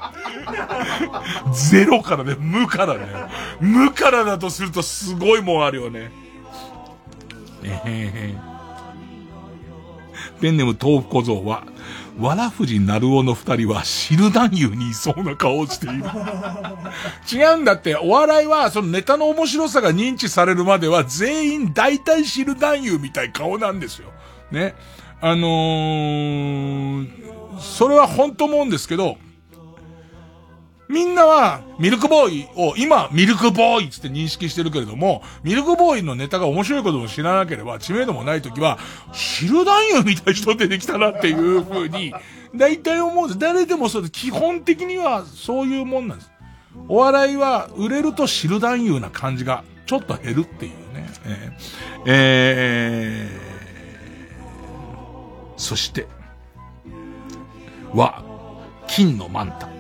ゼロからね、無からね。無からだとするとすごいもんあるよね。えへへ。ペンネーム豆腐小僧は、わらふじなるおの二人は汁男優にいそうな顔をしている。違うんだって、お笑いはそのネタの面白さが認知されるまでは全員大体汁男優みたい顔なんですよ。ね。あのー、それは本当思うんですけど、みんなはミルクボーイを今ミルクボーイつって認識してるけれども、ミルクボーイのネタが面白いことも知らなければ知名度もないときは汁男優みたいな人出てきたなっていう風に大体思うんです。誰でもそうです。基本的にはそういうもんなんです。お笑いは売れると汁男優な感じがちょっと減るっていうね。えー、えーそして、は、金のマンタ。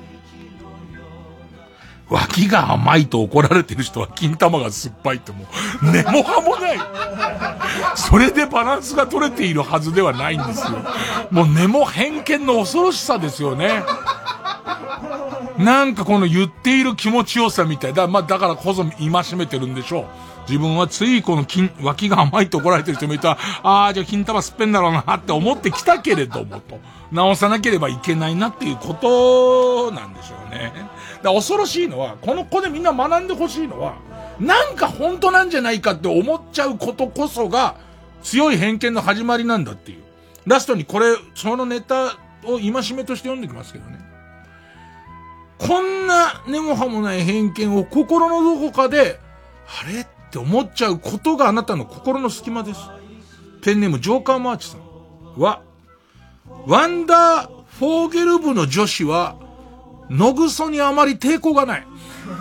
脇が甘いと怒られてる人は金玉が酸っぱいってもう、根も葉もない。それでバランスが取れているはずではないんですよ。もう根も偏見の恐ろしさですよね。なんかこの言っている気持ちよさみたいだ。まあだからこそ戒めてるんでしょう。自分はついこの金、脇が甘いと怒られてる人もいたら、ああ、じゃあ金玉すっぺんだろうなって思ってきたけれどもと、直さなければいけないなっていうことなんでしょうね。だから恐ろしいのは、この子でみんな学んでほしいのは、なんか本当なんじゃないかって思っちゃうことこそが、強い偏見の始まりなんだっていう。ラストにこれ、そのネタを戒めとして読んできますけどね。こんな根も葉もない偏見を心のどこかで、あれって思っちゃうことがあなたの心の隙間です。ペンネームジョーカーマーチさんは、ワンダーフォーゲル部の女子は、のぐそにあまり抵抗がない。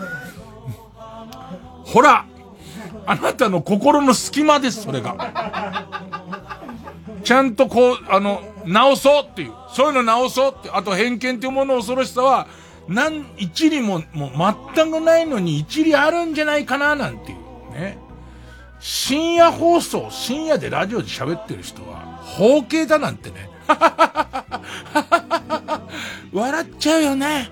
ほら、あなたの心の隙間です、それが。ちゃんとこう、あの、直そうっていう。そういうの直そうって。あと偏見っていうものの恐ろしさは、なん、一理も、もう全くないのに一理あるんじゃないかな、なんていう。ね。深夜放送、深夜でラジオで喋ってる人は、包茎だなんてね。 笑っちゃうよね。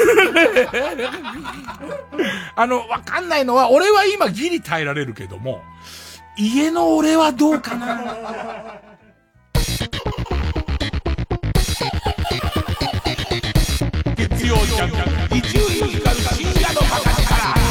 あの、わかんないのは、俺は今ギリ耐えられるけども、家の俺はどうかな。月曜ジャンク一流ミュージカル深夜のバカ力。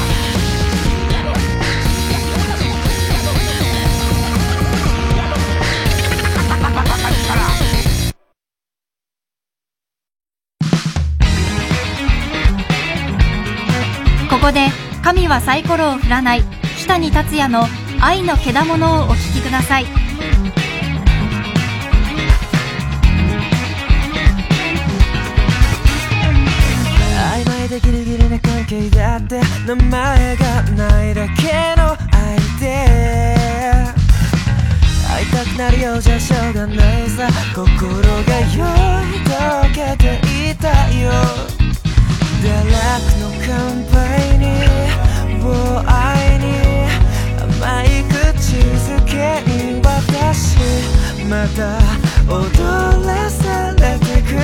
ここで神はサイコロを振らない木谷達也の愛のけだものをお聞きください。 曖昧でギリギリな関係だって名前がないだけの愛で会いたくなるようじゃしょうがないさ心が酔い溶けていたよ堕落の乾杯にを愛に甘い口づけに私また踊らされてく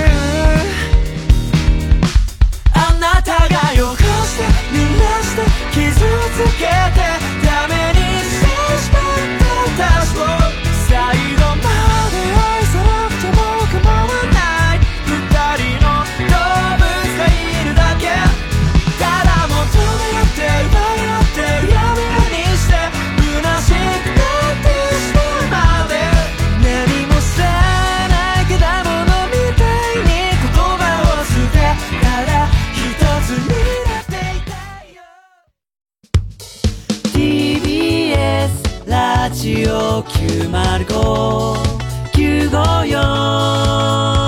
あなたが汚して濡らして傷つけてダメにしてしまった私を最後まで愛さなくても構わない二人の動物がいるだけただ求め合って奪い合ってうやむやにして虚しくなってしまうまで何もさない果物みたいに言葉を捨てただ一つになっていたいよ ティービーエス ラジオきゅうまるご きゅうごよん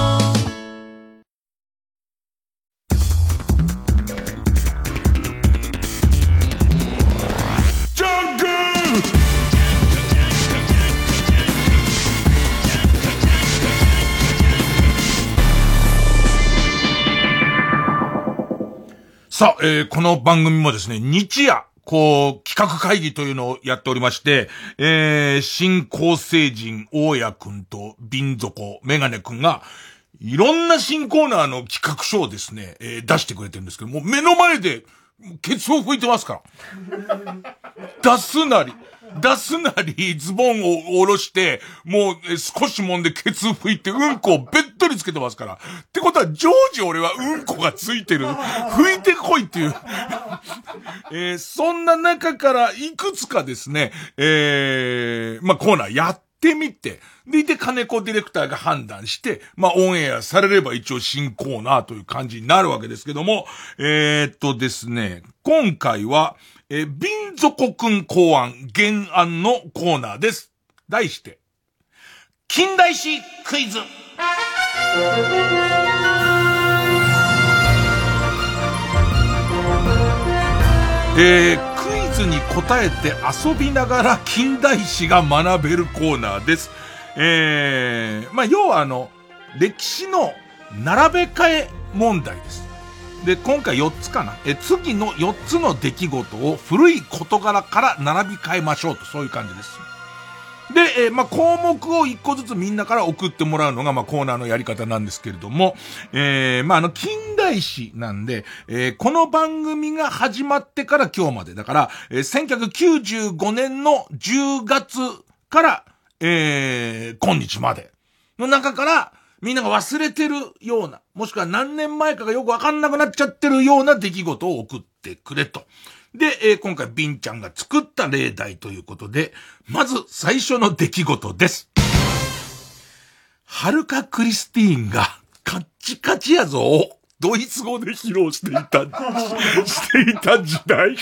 さあ、えー、この番組もですね、日夜、こう、企画会議というのをやっておりまして、えー、新興成人、大家くんと、瓶底、メガネくんが、いろんな新コーナーの企画書をですね、えー、出してくれてるんですけど、もう目の前で、ケツを拭いてますから。出すなり。出すなり、ズボンを下ろして、もう少しもんでケツ拭いて、うんこをべっとりつけてますから。ってことは、常時俺はうんこがついてる。拭いてこいっていう。えー、そんな中からいくつかですね、えー、まあ、コーナーやってみて、でいて金子ディレクターが判断して、まあ、オンエアされれば一応新コーナーという感じになるわけですけども、えー、っとですね、今回は、えー、瓶底くん考案、原案のコーナーです。題して、近代史クイズ。えー、クイズに答えて遊びながら近代史が学べるコーナーです。えー、まあ、要はあの、歴史の並べ替え問題です。で、今回よっつかな。え、次のよっつの出来事を古い事柄から並び替えましょうと、そういう感じです。で、えー、まあ、項目をいっこずつみんなから送ってもらうのが、まあ、コーナーのやり方なんですけれども、えー、まあ、あの、近代史なんで、えー、この番組が始まってから今日まで、だから、えー、せんきゅうひゃくきゅうじゅうごねんのじゅうがつから、えー、今日までの中から、みんなが忘れてるような、もしくは何年前かがよくわかんなくなっちゃってるような出来事を送ってくれと。で、えー、今回ビンちゃんが作った例題ということで、まず最初の出来事です。はるかクリスティーンがカッチカチやぞをドイツ語で披露していた、していた時代。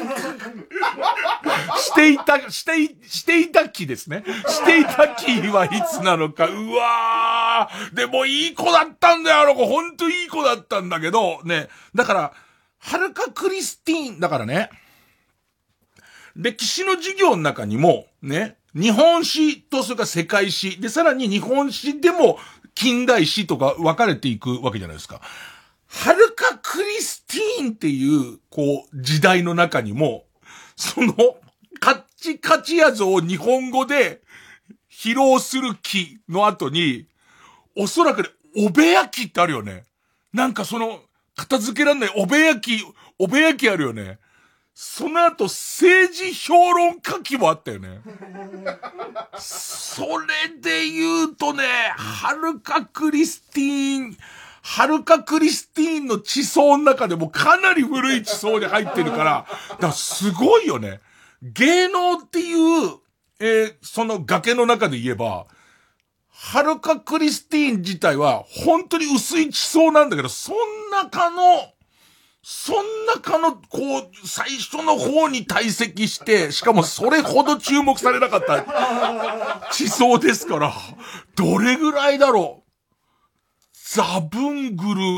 していた、してい、していた期ですね。していた期はいつなのか。うわー。でもいい子だったんだよ、あの子。ほんといい子だったんだけど、ね。だから、はるかクリスティーン、だからね、歴史の授業の中にも、ね、日本史とそれから世界史、で、さらに日本史でも近代史とか分かれていくわけじゃないですか。はるかクリスティーンっていう、こう、時代の中にも、その、カッチカチやぞを日本語で披露する期の後に、おそらくね、おべやきってあるよね。 なんかその、片付けらんないおべやき、おべやきあるよね。その後、政治評論書きもあったよね。それで言うとね、はるかクリスティーン、はるかクリスティーンの地層の中でもかなり古い地層に入ってるから、だからすごいよね。芸能っていう、えー、その崖の中で言えば、はるかクリスティーン自体は本当に薄い地層なんだけど、そん中の、そん中の、こう、最初の方に堆積して、しかもそれほど注目されなかった地層ですから、どれぐらいだろう。ザブングル。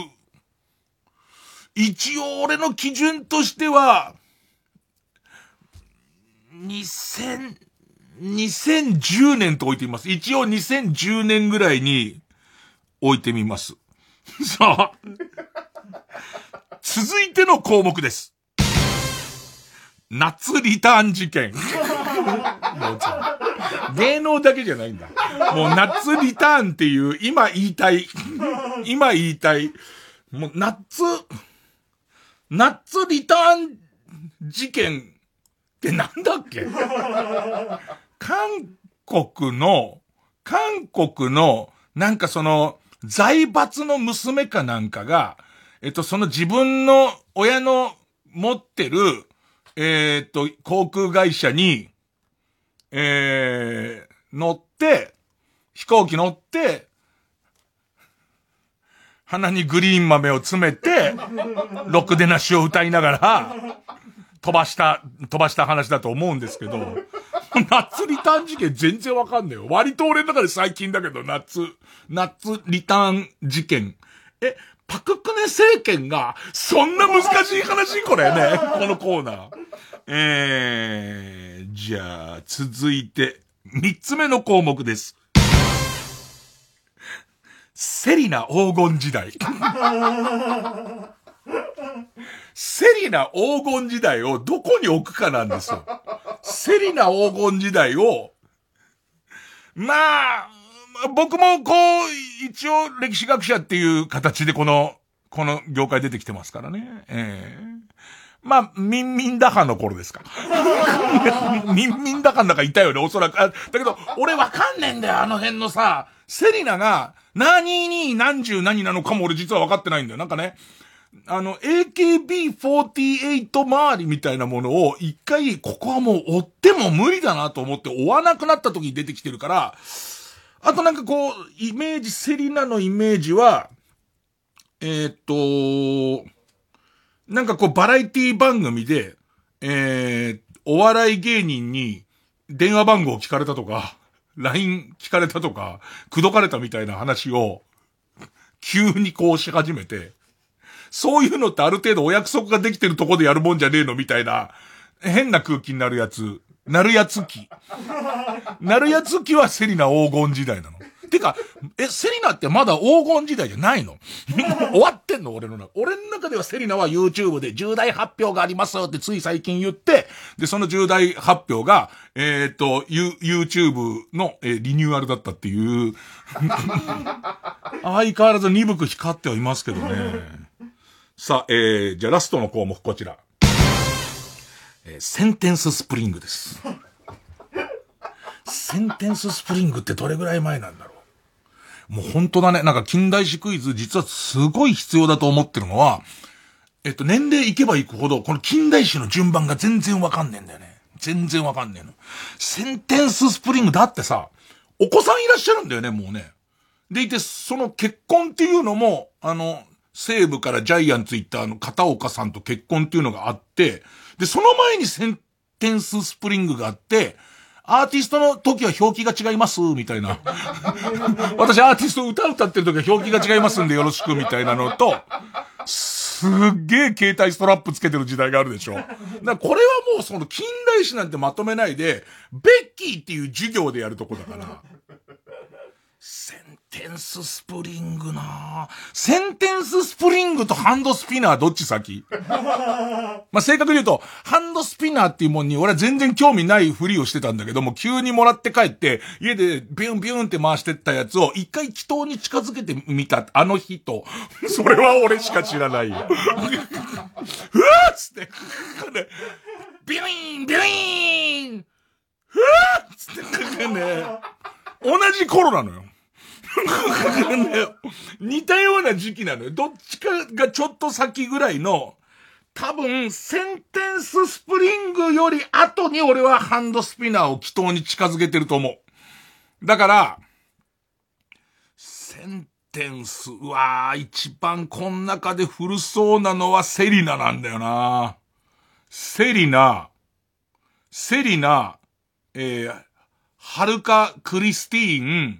一応俺の基準としては、にせん、にせんじゅうねんと置いてみます。一応にせんじゅうねんぐらいに置いてみます。さあ。続いての項目です。夏リターン事件。芸能だけじゃないんだ。もう夏リターンっていう今言いたい。今言いたい。もう夏、夏リターン事件ってなんだっけ？韓国の、韓国のなんかその財閥の娘かなんかが、えっと、その自分の親の持ってる、えー、っと、航空会社に、えー、乗って、飛行機乗って、鼻にグリーン豆を詰めて、ろくでなしを歌いながら、飛ばした、飛ばした話だと思うんですけど、夏リターン事件全然わかんないよ。割と俺の中で最近だけど、夏、夏リターン事件。え、パククネ政権が、そんな難しい話これね。このコーナー。えー、じゃあ、続いて、三つ目の項目です。セリナ黄金時代。セリナ黄金時代をどこに置くかなんですよ。セリナ黄金時代を、まあ、僕もこう、一応歴史学者っていう形でこの、この業界出てきてますからね。ええー。まあ、ミンミンダハの頃ですか。ミンミンダハなんかいたよね、おそらく。だけど、俺わかんねえんだよ、あの辺のさ、セリナが、何に何十何なのかも俺実はわかってないんだよ。なんかね、あの、エーケービーフォーティーエイト 周りみたいなものを一回、ここはもう追っても無理だなと思って追わなくなった時に出てきてるから、あとなんかこう、イメージ、セリナのイメージは、えー、っと、なんかこうバラエティ番組で、えー、お笑い芸人に電話番号聞かれたとか、ライン 聞かれたとか、口説かれたみたいな話を、急にこうし始めて、そういうのってある程度お約束ができてるとこでやるもんじゃねえのみたいな、変な空気になるやつ、なるやつき。なるやつきはセリナ黄金時代なの。てか、え、セリナってまだ黄金時代じゃないの？終わってんの俺の中。俺の中ではセリナは YouTube で重大発表がありますってつい最近言って、で、その重大発表が、えっと、YouTube の、えー、リニューアルだったっていう。相変わらず鈍く光ってはいますけどね。さあ、えー、じゃあラストの項目こちら。えー、センテンススプリングです。センテンススプリングってどれぐらい前なんだろう。もう本当だね。なんか近代史クイズ実はすごい必要だと思ってるのは、えっと年齢いけばいくほどこの近代史の順番が全然わかんねえんだよね。全然わかんねえの。センテンススプリングだってさ、お子さんいらっしゃるんだよね、もうね。でいて、その結婚っていうのも、あの、西部からジャイアンツ行ったあの片岡さんと結婚っていうのがあって、で、その前にセンテンススプリングがあって、アーティストの時は表記が違います、みたいな。私アーティスト歌歌ってる時は表記が違いますんでよろしく、みたいなのと、すっげえ携帯ストラップつけてる時代があるでしょ。だからこれはもうその近代史なんてまとめないで、ベッキーっていう授業でやるとこだから。センテンススプリングなセンテンススプリングとハンドスピナーどっち先まあ、正確に言うと、ハンドスピナーっていうもんに俺は全然興味ないふりをしてたんだけども、急にもらって帰って、家でビュンビュンって回してったやつを一回祈祷に近づけてみた、あの日と、それは俺しか知らないよ。ふわーっつって、ビュイーンビュイーンふわーっつってね、同じ頃なのよ。似たような時期なのよ。どっちかがちょっと先ぐらいの、多分、センテンススプリングより後に俺はハンドスピナーを祈祷に近づけてると思う。だから、センテンス、うわー、一番この中で古そうなのはセリナなんだよな。セリナ、セリナ、えー、ハルカ・クリスティーン、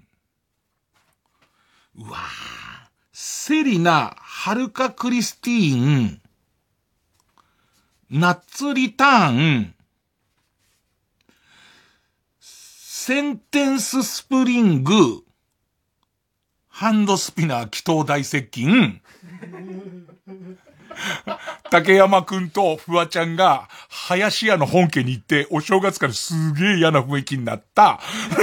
うわぁ。セリナ、ハルカ・クリスティーン、ナッツ・リターン、センテンス・スプリング、ハンドスピナー、祈祷大接近、竹山くんとフワちゃんが、林家の本家に行って、お正月からすげえ嫌な雰囲気になった、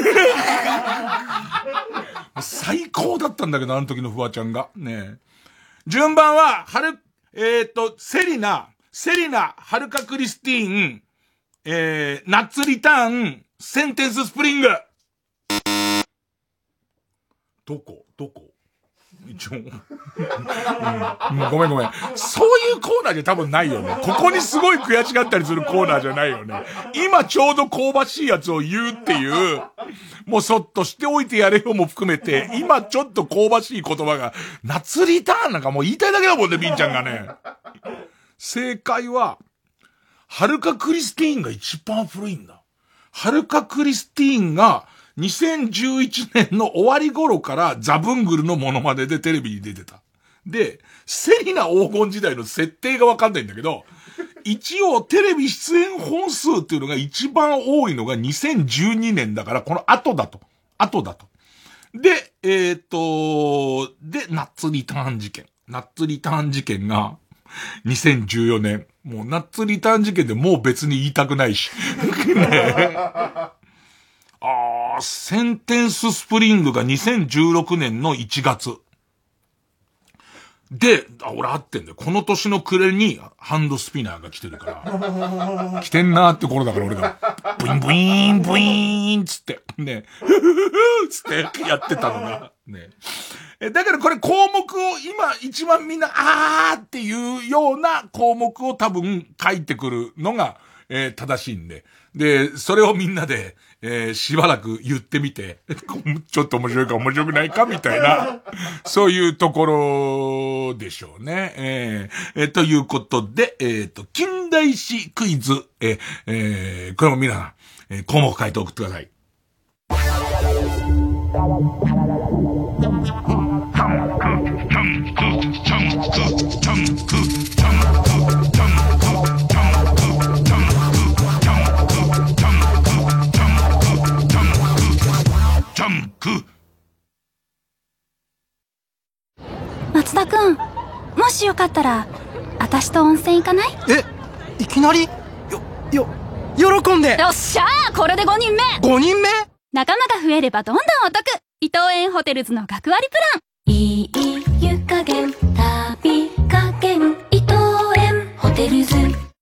最高だったんだけど、あの時のフワちゃんが。ねえ。順番は、はる、えっと、セリナ、セリナ、ハルカ・クリスティーン、えー、ナッツ・リターン、センテンス・スプリング。どこどこ一応、うん。ごめんごめん。そういうコーナーじゃ多分ないよね。ここにすごい悔しがったりするコーナーじゃないよね。今ちょうど香ばしいやつを言うっていう、もうそっとしておいてやれよも含めて、今ちょっと香ばしい言葉が、夏リターンなんかもう言いたいだけだもんね、ビンちゃんがね。正解は、ハルカ・クリスティーンが一番古いんだ。ハルカ・クリスティーンが、にせんじゅういちねんの終わり頃からザブングルのモノマネでテレビに出てた。で、セリナ黄金時代の設定がわかんないんだけど、一応テレビ出演本数っていうのが一番多いのがにせんじゅうにねんだからこの後だと。後だと。で、えっと、で、ナッツリターン事件。ナッツリターン事件がにせんじゅうよねん。もうナッツリターン事件でもう別に言いたくないし。ねあー、センテンススプリングがにせんじゅうろくねんのいちがつ。で、あ、俺合ってんだよ。この年の暮れにハンドスピナーが来てるから。来てんなーって頃だから俺が、ブインブイーンブイーンつって、ね、ふふふふつってやってたのが、ね。え、だからこれ項目を今一番みんな、あーっていうような項目を多分書いてくるのが、えー、正しいんで。で、それをみんなで、えー、しばらく言ってみて、ちょっと面白いか面白くないかみたいな、そういうところでしょうね。えー、えー、ということで、えっ、ー、と、近代史クイズ、えー、えー、これも皆さん、えー、項目書いて送ってください。 松田くん、もしよかったら私と温泉行かない？ え、いきなり？よ、よ、喜んで。 よっしゃー、これでごにんめ。 ごにんめ？ 仲間が増えればどんどんお得。伊藤園ホテルズの学割プラン。いい湯加減、旅加減、伊藤園ホテルズ。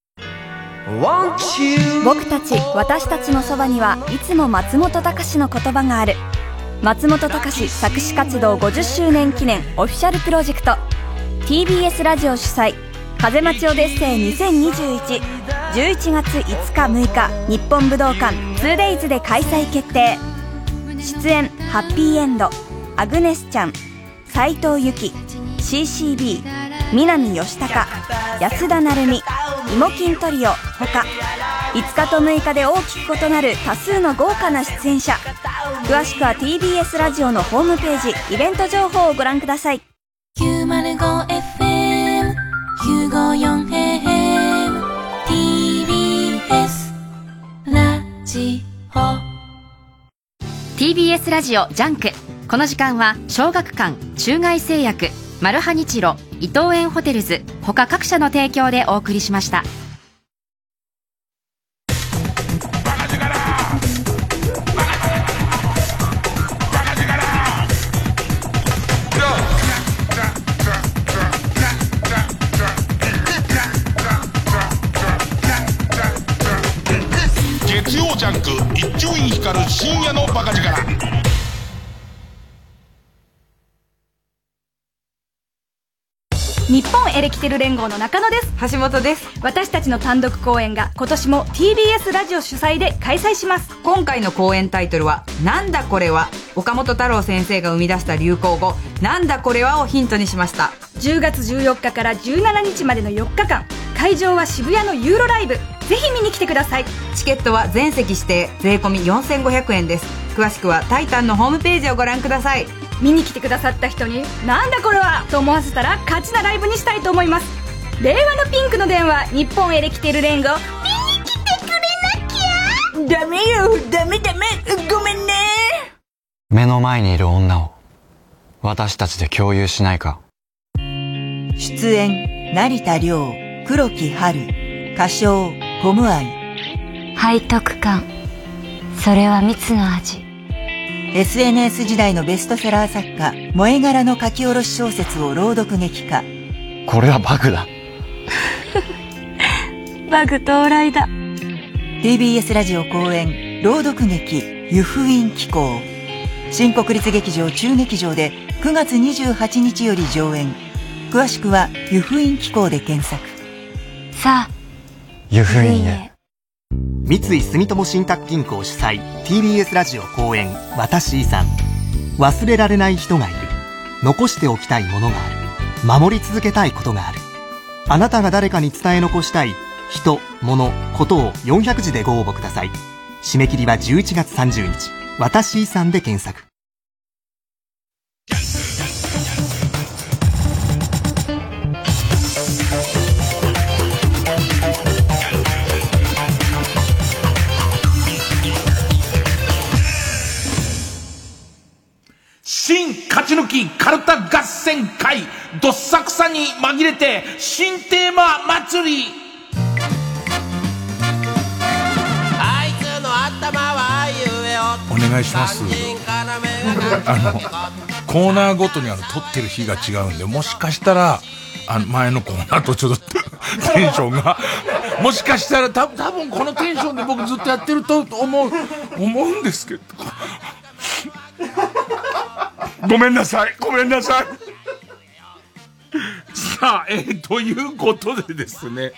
僕たち私たちのそばにはいつも松本隆の言葉がある。松本隆作詞活動ごじゅっしゅうねん記念オフィシャルプロジェクト ティービーエス ラジオ主催風待ちオデッセイにせんにじゅういち じゅういちがついつかむいか日本武道館 ツーデイズ で開催決定。出演ハッピーエンド、アグネスちゃん、斉藤由貴、 シーシービー、 南吉高、安田成美、イモキントリオほかいつかとむいかで大きく異なる多数の豪華な出演者。詳しくは ティービーエス ラジオのホームページイベント情報をご覧ください。 きゅうまるごエフエム きゅうごよんエーエム ティービーエス ラジオティービーエス ラジオジャンクこの時間は小学館、中外製薬、マルハニチロ、伊東園ホテルズ他各社の提供でお送りしました。 月曜ジャンク一丁院光る深夜のバカ力。 日本エレキテル連合の中野です。橋本です。私たちの単独公演が今年も ティービーエス ラジオ主催で開催します。 今回の公演タイトルはなんだこれは。岡本太郎先生が生み出した流行語なんだこれはをヒントにしました。 じゅうがつじゅうよっかからじゅうしちにちまでのよっかかん、会場は渋谷のユーロライブ。ぜひ見に来てください。 チケットは全席指定、税込みよんせんごひゃくえんです。詳しくはタイタンのホームページをご覧ください。 見に来てくださった人になんだこれはと思わせたら勝ちなライブにしたいと思います。令和のピンクの電話、日本エレキテル連合、見に来てくれなきゃ。ダメよ、ダメダメ、ごめんね。 目の前にいる女を私たちで共有しないか。 出演成田凌、黒木華、歌唱コムアイ。 背徳感、それは蜜の味。 エスエヌエス 時代のベストセラー作家萌え柄の書き下ろし小説を朗読劇化。 これはバグだ。 バグ到来だ。 ティービーエス ラジオ公演朗読劇湯布院紀行、新国立劇場中劇場でくがつにじゅうはちにちより上演。詳しくは湯布院紀行で検索。 さあ湯布院へ。 三井住友信託銀行主催 ティービーエス ラジオ公演私遺産。忘れられない人がいる。残しておきたいものがある。守り続けたいことがある。あなたが誰かに伝え残したい人、物、ことをよんひゃくじでご応募ください。締め切りはじゅういちがつさんじゅうにち。私遺産で検索。 新勝ち抜きカルタ合戦会、どっさくさに紛れて新テーマ祭り。 あいつの頭はゆえおお願いします。あのコーナーごとにあの撮ってる日が違うんで、もしかしたらあの前のコーナーとちょっとテンションがもしかしたらた多分このテンションで僕ずっとやってると思う思うんですけど。ごめんなさい、ごめんなさい。さあ、えー、ということでですね、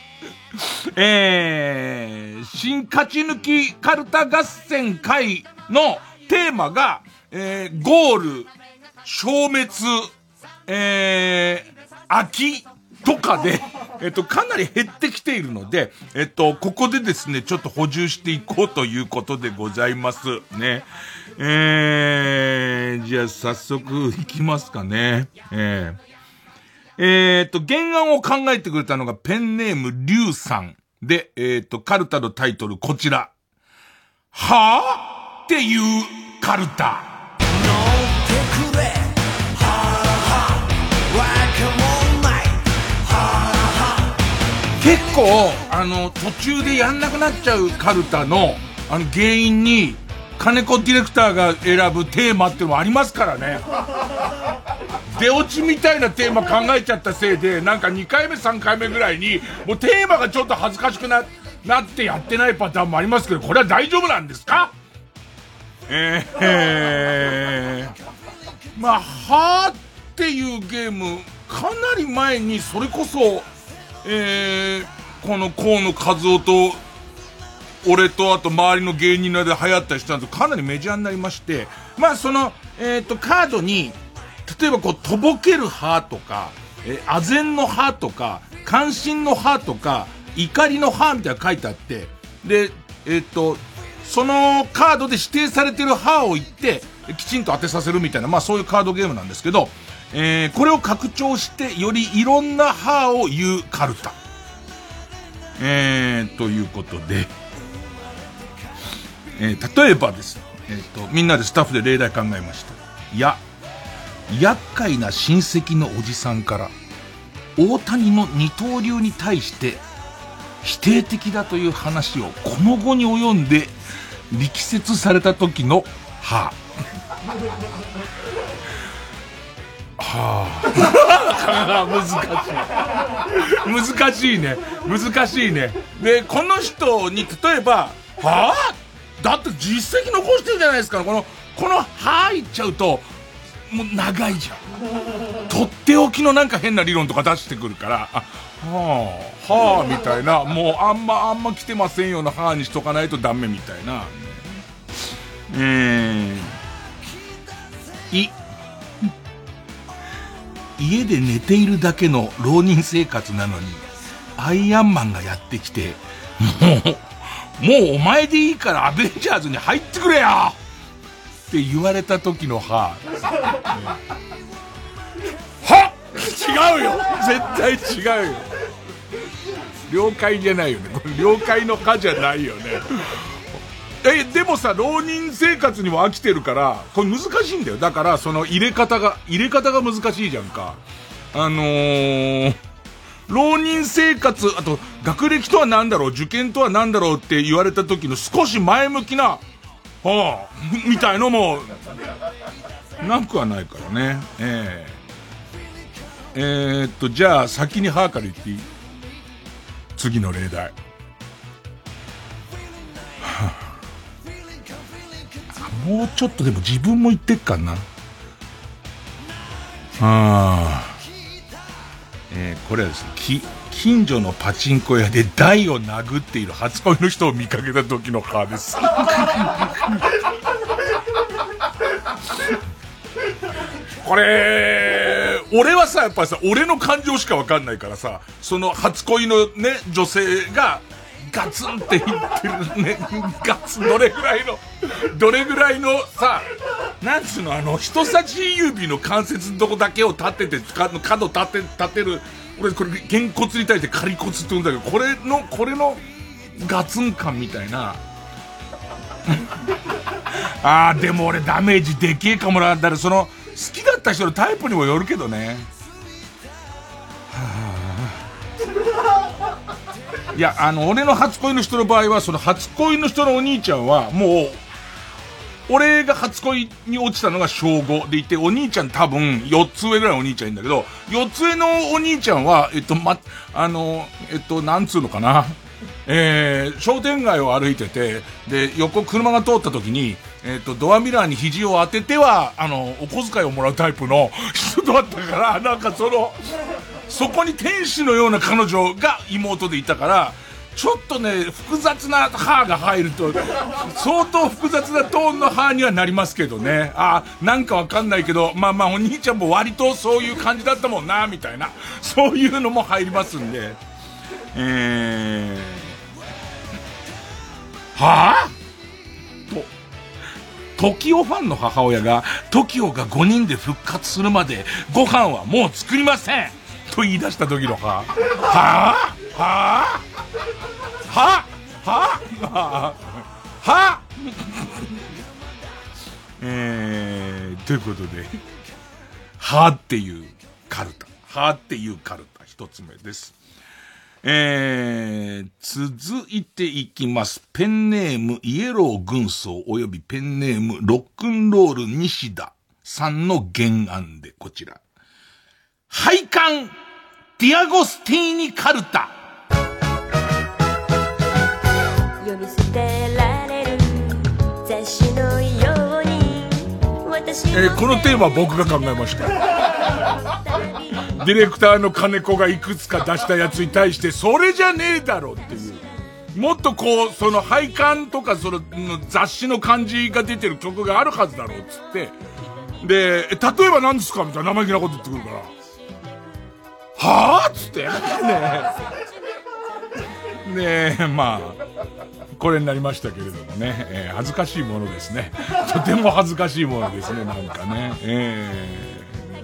えー、新勝ち抜きカルタ合戦会のテーマが、えー、ゴール、消滅、えー、秋とかで、えっと、かなり減ってきているので、えっと、ここでですね、ちょっと補充していこうということでございますね。えー、じゃあ早速いきますかね。えー、えーっと、原案を考えてくれたのがペンネームリュウさんで、えーっと、カルタのタイトルこちら。はぁっていうカルタ。結構、あの、途中でやんなくなっちゃうカルタの、あの、原因に、金子ディレクターが選ぶテーマっていうのもありますからね。出落ちみたいなテーマ考えちゃったせいで、なんかにかいめさんかいめぐらいに、もうテーマがちょっと恥ずかしくな、なってやってないパターンもありますけど、これは大丈夫なんですか？えー、えー、まあ、はーっていうゲーム、かなり前にそれこそ、えー、この河野和夫と、俺とあと周りの芸人の間で流行ったりしたんですけど、かなりメジャーになりまして、まあその、えっと、カードに、例えばこう、とぼける歯とか、えー、あぜんの歯とか、関心の歯とか、怒りの歯みたいなの書いてあって、で、えっと、そのカードで指定されてる歯を言って、きちんと当てさせるみたいな、まあそういうカードゲームなんですけど、えー、これを拡張して、よりいろんな歯を言うカルタ。えー、ということで、えー、例えばですね、えーと、みんなでスタッフで例題考えました。 や、厄介な親戚のおじさんから大谷の二刀流に対して否定的だという話をこの後に及んで力説された時のはあはあ難しい難しいね難しいね。でこの人に例えばはあだって実績残してるじゃないですか。このこのはあ言っちゃうともう長いじゃん。とっておきのなんか変な理論とか出してくるから、あ、はあ、はあ、みたいな、もうあんま、あんま来てませんよのはあにしとかないとダメみたいな。えー、い、家で寝ているだけの浪人生活なのに、アイアンマンがやってきて、もう、もうお前でいいからアベンジャーズに入ってくれよって言われた時のはは違うよ絶対違うよ。了解じゃないよね。これ了解のはじゃないよね。えでもさ浪人生活にも飽きてるからこれ難しいんだよ。だからその入れ方が入れ方が難しいじゃんか。あのー、浪人生活あと学歴とは何だろう受験とは何だろうって言われた時の少し前向きなはあ、みたいのもなくはないからね。えー、えー、っとじゃあ先にはーから言っていい？次の例題、はあ、もうちょっとでも自分も言ってっかな。あえー、これはですねき近所のパチンコ屋で台を殴っている初恋の人を見かけた時の歯です。これ俺はさやっぱりさ俺の感情しか分かんないからさその初恋のね女性がガツンって言ってるねガツンどれぐらいのどれぐらいのさなんつうのあの人差し指の関節のとこだけを立てて角立て立てる俺これげ骨に対して仮骨って言うんだけどこれのこれのガツン感みたいなあーでも俺ダメージでけえかもな。だからその好きだった人のタイプにもよるけどね。はあ、いやあの俺の初恋の人の場合はその初恋の人のお兄ちゃんはもう俺が初恋に落ちたのが小ごでいてお兄ちゃん多分よっつ上ぐらいのお兄ちゃんいるんだけどよっつ上のお兄ちゃんはえっとまあのえっとなんつうのかなえー、商店街を歩いててで横車が通った時にえっとドアミラーに肘を当ててはあのお小遣いをもらうタイプの人だったからなんかそのそこに天使のような彼女が妹でいたからちょっとね複雑な歯が入ると相当複雑なトーンの歯にはなりますけどね。あなんかわかんないけどまあまあお兄ちゃんも割とそういう感じだったもんなみたいなそういうのも入りますんでえーはぁ、あ、と、トキオファンの母親が、トキオがごにんで復活するまで、ご飯はもう作りませんと言い出した時のはぁ、はぁ、はぁ、はぁ、はぁ、はぁ、はぁ、えー、ということで、はぁっていうカルタ、はぁっていうカルタ、一つ目です。えー、続いていきます。ペンネームイエロー軍曹およびペンネームロックンロール西田さんの原案でこちら。廃刊ディアゴスティーニカルタ。 呼び捨てられる雑誌のように私の、 えー、このテーマは僕が考えました。ディレクターの金子がいくつか出したやつに対してそれじゃねえだろっていうもっとこうその廃刊とかその雑誌の感じが出てる曲があるはずだろうっつってで例えば何ですかみたいな生意気なこと言ってくるからはぁっつってねえねえまあこれになりましたけれどもね、えー、恥ずかしいものですねとても恥ずかしいものですねなんかねえー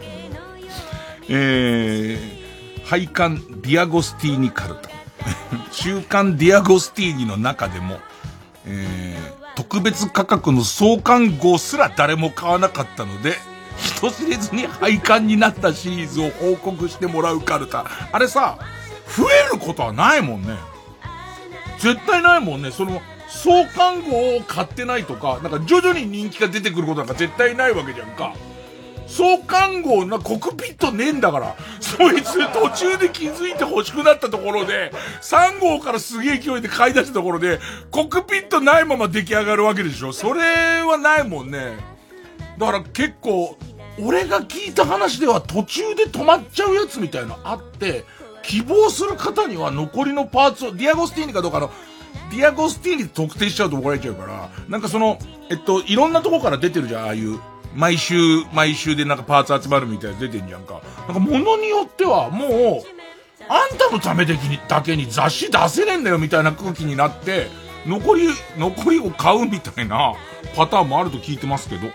えー、廃刊ディアゴスティーニカルタ週刊ディアゴスティーニの中でも、えー、特別価格の創刊号すら誰も買わなかったので人知れずに廃刊になったシリーズを報告してもらうカルタ。あれさ、増えることはないもんね。絶対ないもんね。その、創刊号を買ってないとか、なんか徐々に人気が出てくることなんか絶対ないわけじゃんか。創刊号なコクピットねえんだから、そいつ途中で気づいて欲しくなったところで、さん号からすげえ勢いで買い出したところで、コクピットないまま出来上がるわけでしょ。それはないもんね。だから結構、俺が聞いた話では途中で止まっちゃうやつみたいなあって、希望する方には残りのパーツを、ディアゴスティーニかどうかの、ディアゴスティーニで特定しちゃうと怒られちゃうから、なんかその、えっと、いろんなとこから出てるじゃん、ああいう。毎週、毎週でなんかパーツ集まるみたいな出てんじゃんか。なんか物によってはもう、あんたのため的にだけに雑誌出せねえんだよみたいな空気になって、残り、残りを買うみたいなパターンもあると聞いてますけど。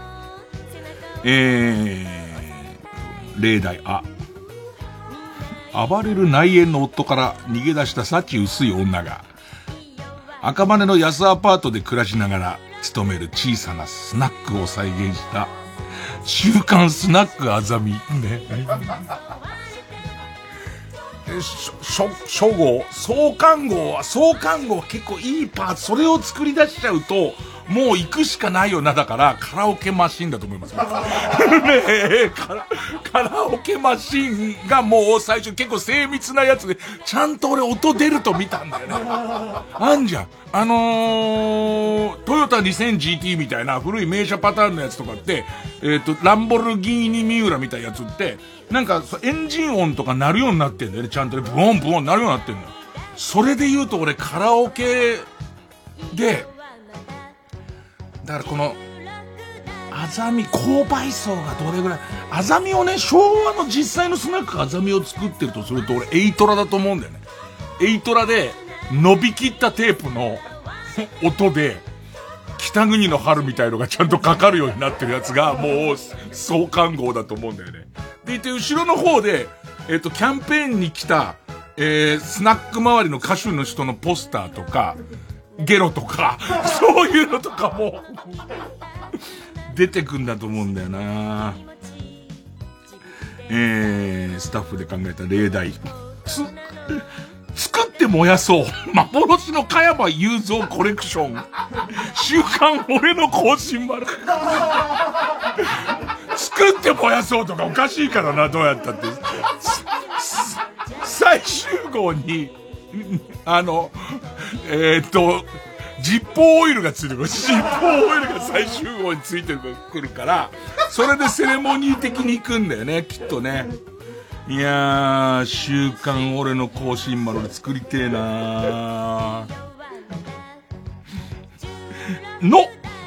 えー、例題、あ。暴れる内縁の夫から逃げ出した幸薄い女が、赤羽の安アパートで暮らしながら、勤める小さなスナックを再現した週刊スナックあざみね。え、しょ、初号創刊号は、創刊号は結構いいパーツ、それを作り出しちゃうと、もう行くしかないよな、だからカラオケマシンだと思います。ねえ、カラ、カラオケマシンがもう最初結構精密なやつで、ちゃんと俺音出ると見たんだよね。あんじゃん。あのー、トヨタ にせんジーティー みたいな古い名車パターンのやつとかって、えっと、ランボルギーニミューラみたいなやつって、なんかエンジン音とか鳴るようになってんだよね、ちゃんとね、ブオンブオン鳴るようになってんだよ。それで言うと俺カラオケで、だからこの、アザミ、購買層がどれぐらい、アザミをね、昭和の実際のスナックアザミを作ってるとすると俺エイトラだと思うんだよね。エイトラで、伸びきったテープの音で、北国の春みたいのがちゃんとかかるようになってるやつが、もう、創刊号だと思うんだよね。でいて、後ろの方で、えっと、キャンペーンに来た、えー、スナック周りの歌手の人のポスターとか、ゲロとか、そういうのとかも、出てくんだと思うんだよな。えー、スタッフで考えた例題。つ、作って燃やそう。幻の加山雄三コレクション。週刊俺の更新丸。作って燃やそうとかおかしいからな、どうやったって。最終号に、あの、えー、っと、ジッポーオイルがついてくる。ジッポーオイルが最終号についてくるから、それでセレモニー的に行くんだよね、きっとね。いやー、週刊俺の更新丸で作りてえなー。の、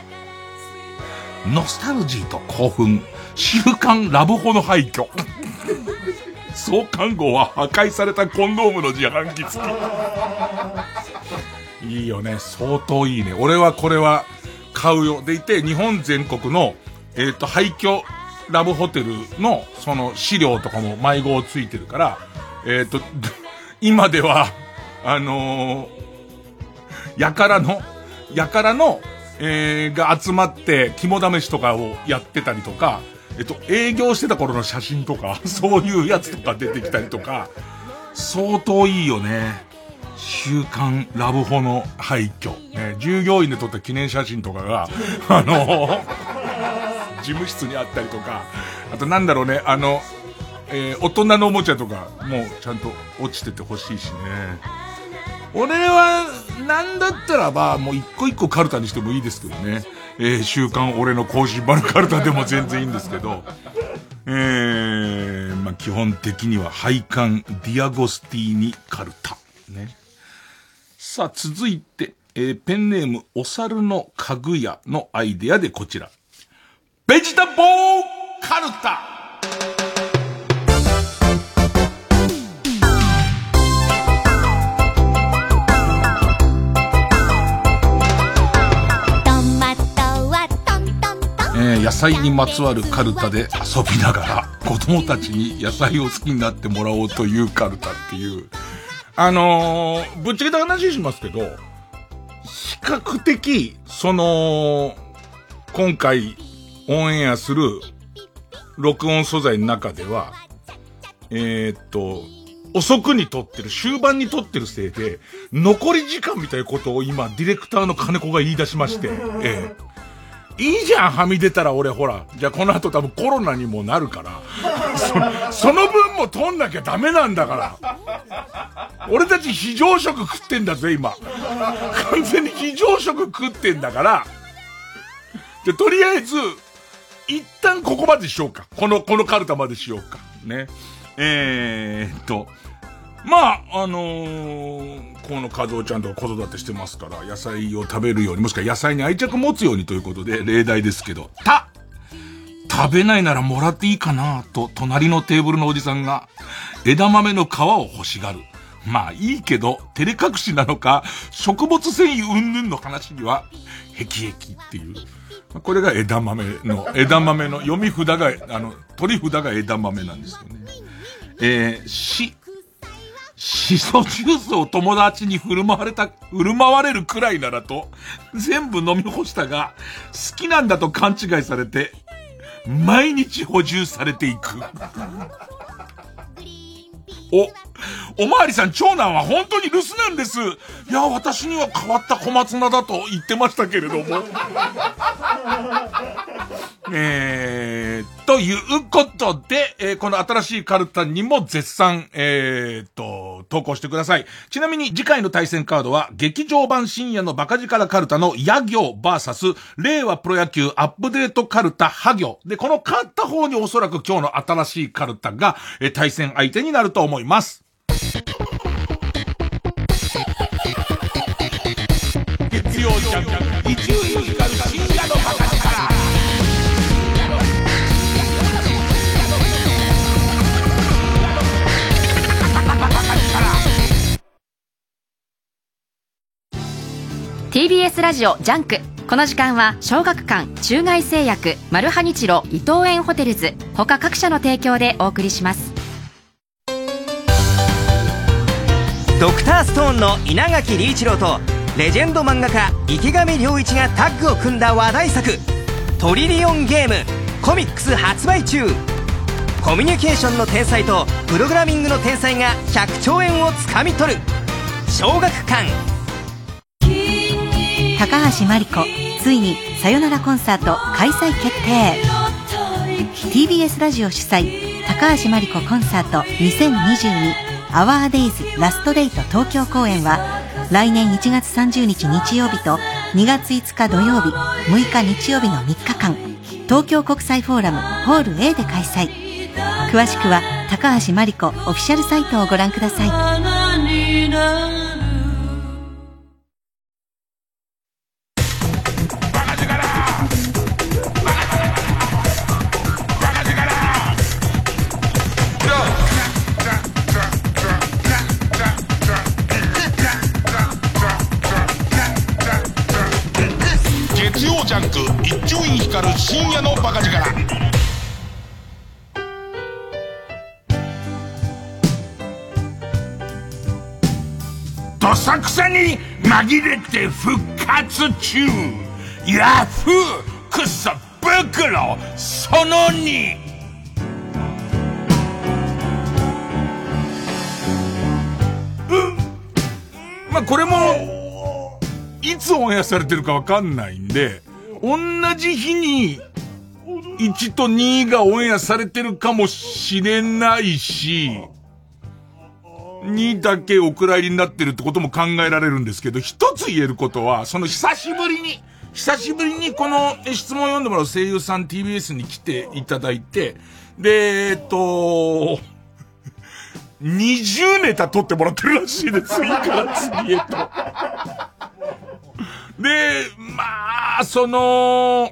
ノスタルジーと興奮、週刊ラブホの廃墟。創刊号は破壊されたコンドームの自販機付き。いいよね、相当いいね。俺はこれは買うよ。でいて、日本全国の、えっと、廃墟ラブホテルの、その資料とかも迷子ついてるから、えっと、今では、あのー、やからの、やからの、えー、が集まって肝試しとかをやってたりとか、えっと、営業してた頃の写真とか、そういうやつとか出てきたりとか、相当いいよね。週刊ラブホの廃墟。ね、従業員で撮った記念写真とかが、あのー、事務室にあったりとか、あとなんだろうね、あの、えー、大人のおもちゃとか、もうちゃんと落ちててほしいしね。俺は、なんだったらば、もう一個一個カルタにしてもいいですけどね。えー、週刊俺の更新版カルタでも全然いいんですけど、えー、まあ、基本的には廃刊ディアゴスティーニカルタ。ね。さあ、続いて、えー、ペンネーム、お猿の家具屋のアイデアでこちら。ベジタボーカルタ。えー、野菜にまつわるカルタで遊びながら子供たちに野菜を好きになってもらおうというカルタっていう、あのー、ぶっちゃけた話しますけど、比較的その今回オンエアする録音素材の中では、えー、っと、遅くに撮ってる、終盤に撮ってるせいで、残り時間みたいなことを今、ディレクターの金子が言い出しまして、ええ。いいじゃん、はみ出たら俺ほら。じゃあこの後多分コロナにもなるから。そ、その分も撮んなきゃダメなんだから。俺たち非常食食ってんだぜ、今。完全に非常食食ってんだから。で、とりあえず、一旦ここまでしようか。この、このカルタまでしようか。ね。えーっと。まあ、あのー、この和夫ちゃんとか子育てしてますから、野菜を食べるように、もしくは野菜に愛着持つようにということで、例題ですけど、た食べないならもらっていいかなと、隣のテーブルのおじさんが、枝豆の皮を欲しがる。まあいいけど、照れ隠しなのか、食物繊維云々の話には、へきへきっていう。これが枝豆の、枝豆の読み札が、あの、取り札が枝豆なんですよね。えー、し、シソジュースを友達に振る舞われた、振る舞われるくらいならと、全部飲み干したが、好きなんだと勘違いされて、毎日補充されていく。お、おまわりさん、長男は本当に留守なんです。いや、私には変わった小松菜だと言ってましたけれども。えー、ということで、えー、この新しいカルタにも絶賛、えーと、投稿してください。ちなみに次回の対戦カードは、劇場版深夜のバカ力カルタのヤ行 ブイエス 令和プロ野球アップデートカルタハ行。で、この勝った方におそらく今日の新しいカルタが、えー、対戦相手になると思います。月曜ジャンク、伊集院光る深夜のバカ力。 ティービーエス ラジオジャンク。この時間は小学館、中外製薬、マルハニチロ、伊藤園ホテルズ他各社の提供でお送りします。 ドクターストーンの稲垣理一郎とレジェンド漫画家池上良一がタッグを組んだ話題作トリリオンゲームコミックス発売中。コミュニケーションの天才とプログラミングの天才がひゃくちょうえんをつかみ取る小学館。 高橋真理子ついにさよならコンサート開催決定。 ティービーエス ラジオ主催高橋真理子コンサートにせんにじゅうにアワーデイズラストデイト東京公演は来年いちがつさんじゅうにち日曜日とにがついつか土曜日むいか日曜日のみっかかん東京国際フォーラムホール A で開催。詳しくは高橋真理子オフィシャルサイトをご覧ください。 月曜ジャンク一丁院光る深夜のバカ力。どさくさに紛れて復活中。ヤフークソ袋そのに。まあこれもいつオンエアされてるかわかんないんで、同じ日にいちとにがオンエアされてるかもしれないし、にだけお蔵入りになってるってことも考えられるんですけど、一つ言えることは、その久しぶりに、久しぶりにこの質問を読んでもらう声優さん ティービーエス に来ていただいて、で、えっと、にじゅうネタ撮ってもらってるらしいです。次から次へと。で、まあ、その、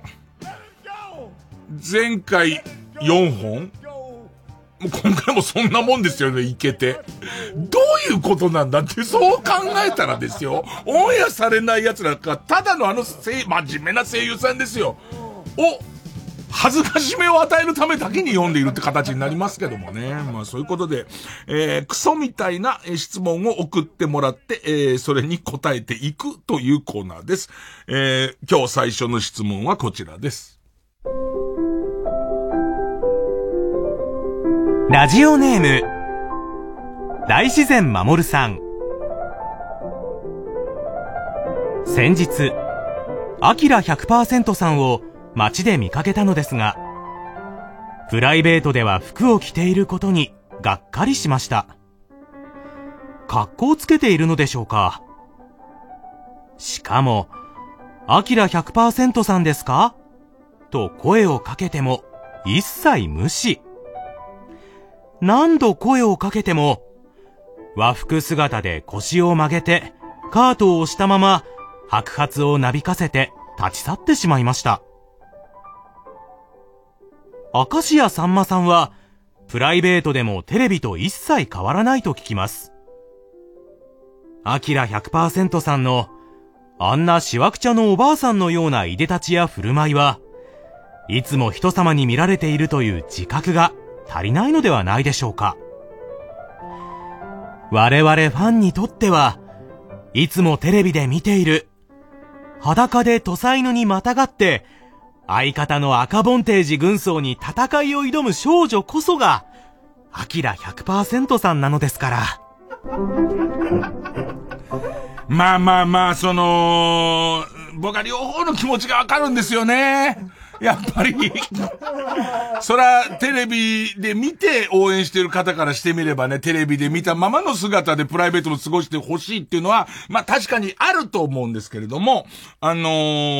前回よんほんもう今回もそんなもんですよね、いけて。どういうことなんだって、そう考えたらですよ、オンエアされない奴らが、ただのあのせい、真面目な声優さんですよ。を、恥ずかしめを与えるためだけに読んでいるって形になりますけどもね。まあそういうことで、えー、クソみたいな質問を送ってもらって、えー、それに答えていくというコーナーです。えー、今日最初の質問はこちらです。 ラジオネーム大自然守さん。先日アキラ ひゃくパーセント さんを街で見かけたのですが、プライベートでは服を着ていることにがっかりしました。格好をつけているのでしょうか。しかもアキラ ひゃくパーセント さんですかと声をかけても一切無視。何度声をかけても和服姿で腰を曲げてカートを押したまま白髪をなびかせて立ち去ってしまいました。明石家さんまさんはプライベートでもテレビと一切変わらないと聞きます。アキラ ひゃくパーセント さんのあんなしわくちゃのおばあさんのようないでたちや振る舞いはいつも人様に見られているという自覚が足りないのではないでしょうか。我々ファンにとってはいつもテレビで見ている裸で土佐犬にまたがって相方の赤ボンテージ軍曹に戦いを挑む少女こそがアキラ ひゃくパーセント さんなのですから。 まあまあまあ、その、僕は両方の気持ちがわかるんですよね。やっぱり。そら、テレビで見て応援してる方からしてみればね、テレビで見たままの姿でプライベートを過ごしてほしいっていうのは、まあ確かにあると思うんですけれども、あの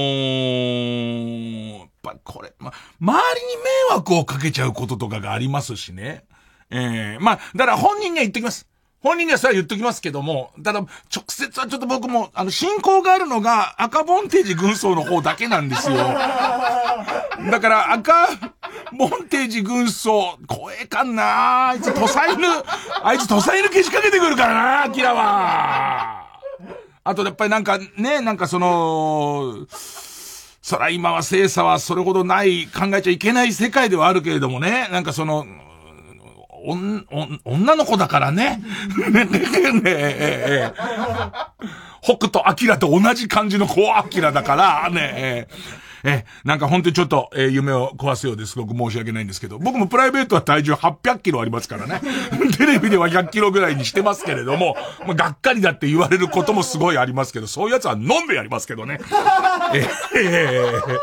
ー、やっぱこれ、ま、周りに迷惑をかけちゃうこととかがありますしね。ええー、まあ、だから本人には言ってきます。本人にはそれは言っときますけども、ただ、直接はちょっと僕も、あの、信仰があるのが赤ボンテージ軍曹の方だけなんですよ。だから、赤ボンテージ軍曹、怖えかんなあいつ土佐犬、あいつ土佐犬けしかけてくるからなアキラは。あと、やっぱりなんかね、なんかその、そら今は精査はそれほどない、考えちゃいけない世界ではあるけれどもね、なんかその、おん、おん、女の子だからね。ねえ、ええ、北斗晶と同じ感じの子晶だから、ねえ、え、なんか本当にちょっと、えー、夢を壊すようですごく申し訳ないんですけど、僕もプライベートは体重はっぴゃくキロありますからね。テレビではひゃくキロぐらいにしてますけれども、まあ、がっかりだって言われることもすごいありますけど、そういうやつは飲んでやりますけどね。ええー、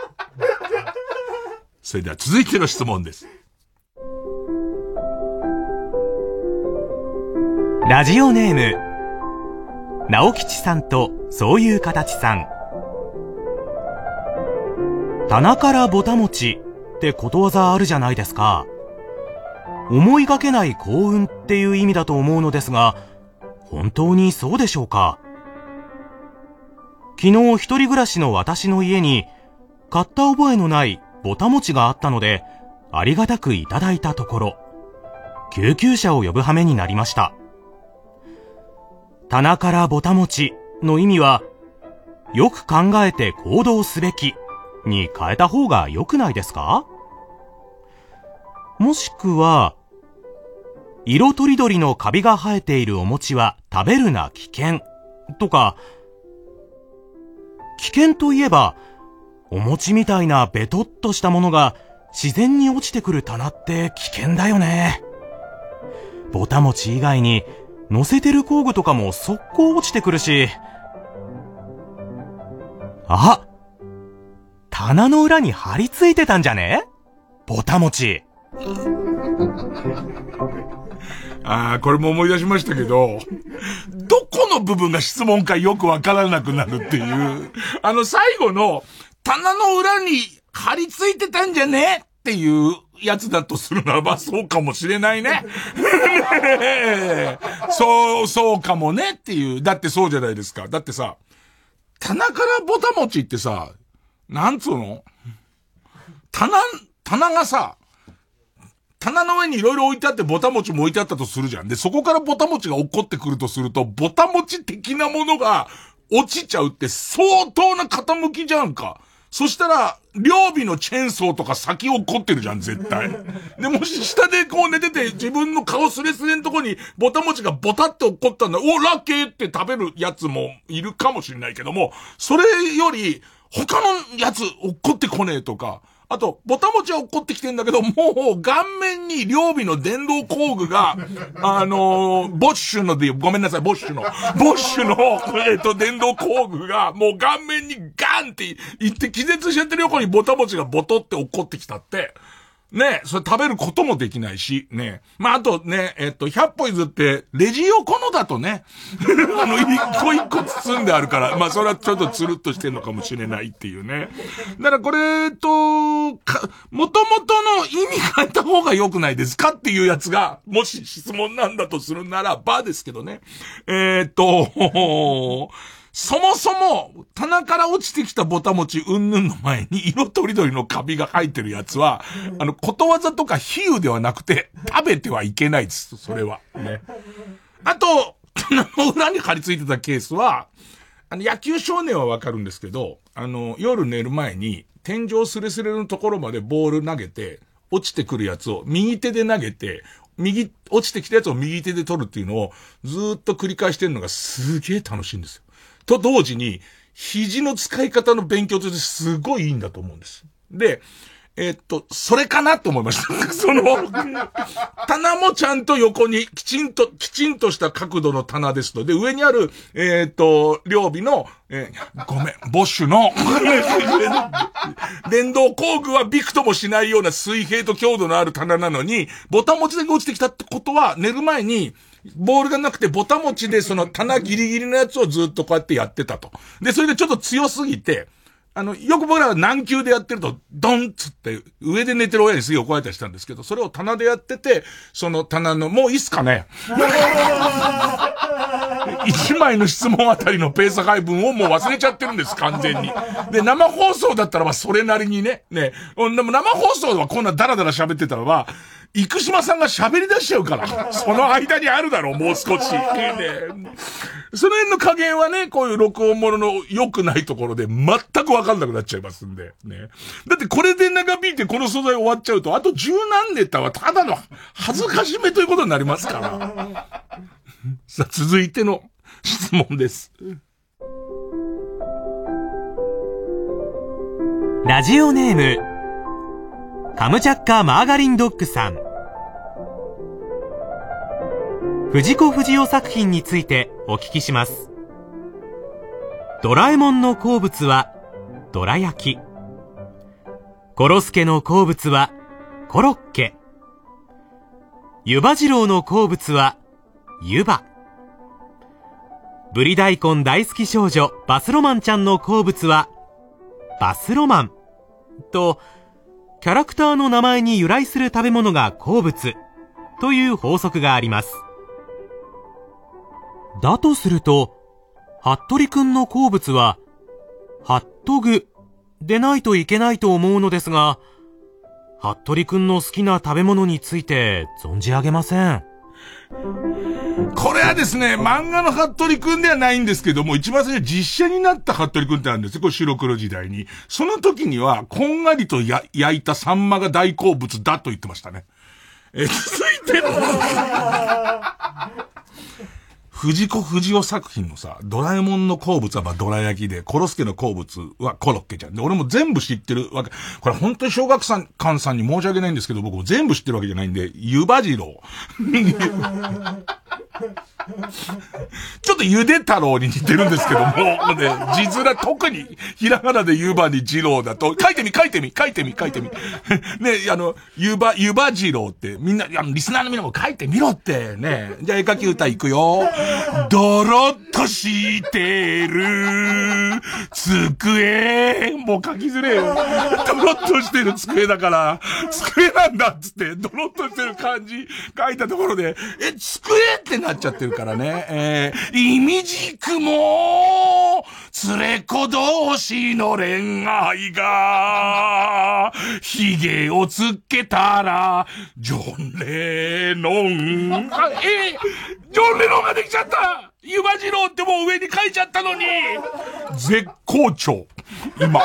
それでは続いての質問です。 ラジオネーム直吉さんとそういう形さん。棚からぼたもちってことわざあるじゃないですか。思いがけない幸運っていう意味だと思うのですが、本当にそうでしょうか。昨日一人暮らしの私の家に買った覚えのないぼたもちがあったので、ありがたくいただいたところ、救急車を呼ぶ羽目になりました。棚からぼたもちの意味は、よく考えて行動すべきに変えた方が良くないですか？もしくは、色とりどりのカビが生えているお餅は食べるな危険とか、危険といえば、お餅みたいなベトッとしたものが自然に落ちてくる棚って危険だよね。ぼたもち以外に乗せてる工具とかも速攻落ちてくるし、あ、棚の裏に張り付いてたんじゃね？ぼたもち。 ああ、これも思い出しましたけど、どこの部分が質問かよくわからなくなるっていう、あの最後の棚の裏に張り付いてたんじゃねっていうやつだとするならばそうかもしれないね。そう、そうかもねっていう。だってそうじゃないですか。だってさ、棚からぼたもちってさ、なんつうの？棚、棚がさ、棚の上にいろいろ置いてあってぼたもちも置いてあったとするじゃん。で、そこからぼたもちが落っこってくるとすると、ぼたもち的なものが落ちちゃうって相当な傾きじゃんか。そしたら、両備のチェーンソーとか先落っこってるじゃん、絶対。で、もし下でこう寝てて、自分の顔スレスレのとこに、ぼたもちがボタって落っこったんだ。お、ラッキーって食べるやつもいるかもしれないけども、それより、他のやつ落っこってこねえとか、 あと、ぼたもちは落っこってきてんだけど、もう顔面に両備の電動工具が、あのー、ボッシュので、ごめんなさい、ボッシュの、ボッシュの、えっと、電動工具が、もう顔面にガンっていって気絶しちゃってる横にぼたもちがボトって落っこってきたって、ね、それ食べることもできないし、ね。まあ、あとね、えっと、ひゃっぽ譲って、レジ横のだとね、あの、一個一個包んであるから、まあ、それはちょっとつるっとしてんのかもしれないっていうね。だからこれと、か、元々の意味変えた方が良くないですかっていうやつが、もし質問なんだとするならばですけどね。えー、っと、そもそも、棚から落ちてきたぼたもちうんぬんの前に色とりどりのカビが生えてるやつは、あの、ことわざとか比喩ではなくて、食べてはいけないです、それは。ね。あと、棚の裏に張り付いてたケースは、あの、野球少年はわかるんですけど、あの、夜寝る前に、天井スレスレのところまでボール投げて、落ちてくるやつを右手で投げて、右、落ちてきたやつを右手で取るっていうのを、ずーっと繰り返してるのがすげー楽しいんですよ。と同時に、肘の使い方の勉強としてすごいいいんだと思うんです。で、えー、っと、それかなと思いました。その、棚もちゃんと横に、きちんと、きちんとした角度の棚ですので、上にある、えー、っと、両備の、えー、ごめん、ボッシュの、電動工具はびくともしないような水平と強度のある棚なのに、ボタン持ちだけ落ちてきたってことは、寝る前に、ボールがなくてボタン持ちでその棚ギリギリのやつをずっとこうやってやってたと。で、それでちょっと強すぎて、あの、よく僕らは軟球でやってると、ドンっつって、上で寝てる親にすげえ怒られたりしたんですけど、それを棚でやってて、その棚の、もういいっすかね一枚の質問あたりのペース配分をもう忘れちゃってるんです、完全に。で、生放送だったらばそれなりにね、ね、でも生放送はこんなダラダラ喋ってたらば、生島さんが喋り出しちゃうから、その間にあるだろう、もう少し。ね、その辺の加減はね、こういう録音物の良くないところで全くわかんなくなっちゃいますんで、ね。だってこれで長引いてこの素材終わっちゃうと、あと十何ネタはただの恥ずかしめということになりますから。さあ、続いての質問です。 ラジオネーム、カムチャッカマーガリンドッグさん。藤子不二雄作品についてお聞きします。ドラえもんの好物はドラ焼き。コロスケの好物はコロッケ。ゆばじろうの好物はゆば。ぶり大根大好き少女バスロマンちゃんの好物はバスロマン。と、キャラクターの名前に由来する食べ物が好物という法則があります。だとすると、服部くんの好物はハットグでないといけないと思うのですが、服部くんの好きな食べ物について存じ上げません。 これはですね、漫画の服部くんではないんですけども、一番最初実写になった服部くんってあるんですよ。これ白黒時代に。その時には、こんがりとや焼いたサンマが大好物だと言ってましたね。え、続いての藤子不二雄作品のさ、ドラえもんの好物はまあドラ焼きで、コロスケの好物はコロッケちゃんで、俺も全部知ってるわけ。これ本当に小学館さんに申し訳ないんですけど、僕も全部知ってるわけじゃないんで、ゆばじろう。ちょっとゆで太郎に似てるんですけども、ね、字面特にひらがなでゆばにじろうだと、書いてみ書いてみ書いてみ書いてみ。ね、あの、ゆば、ゆばじろうってみんな、あの、リスナーのみんなも書いてみろってね。じゃあ絵描き歌いくよ。ドロッとしてる机。もう書きづれよ。ドロッとしてる机だから、机なんだっつって、ドロッとしてる感じ書いたところで、え、机ってなっちゃってるからね。えー、いみじくも、連れ子同士の恋愛が、髭をつけたら、ジョン・レノン。あ、えー、ジョン・レノンができちゃった。ゆばじろうってもう上に書いちゃったのに。絶好調。今。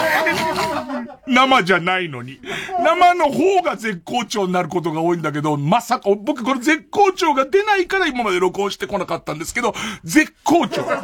生じゃないのに。生の方が絶好調になることが多いんだけど、まさか、僕これ絶好調が出ないから今まで録音してこなかったんですけど、絶好調。ここ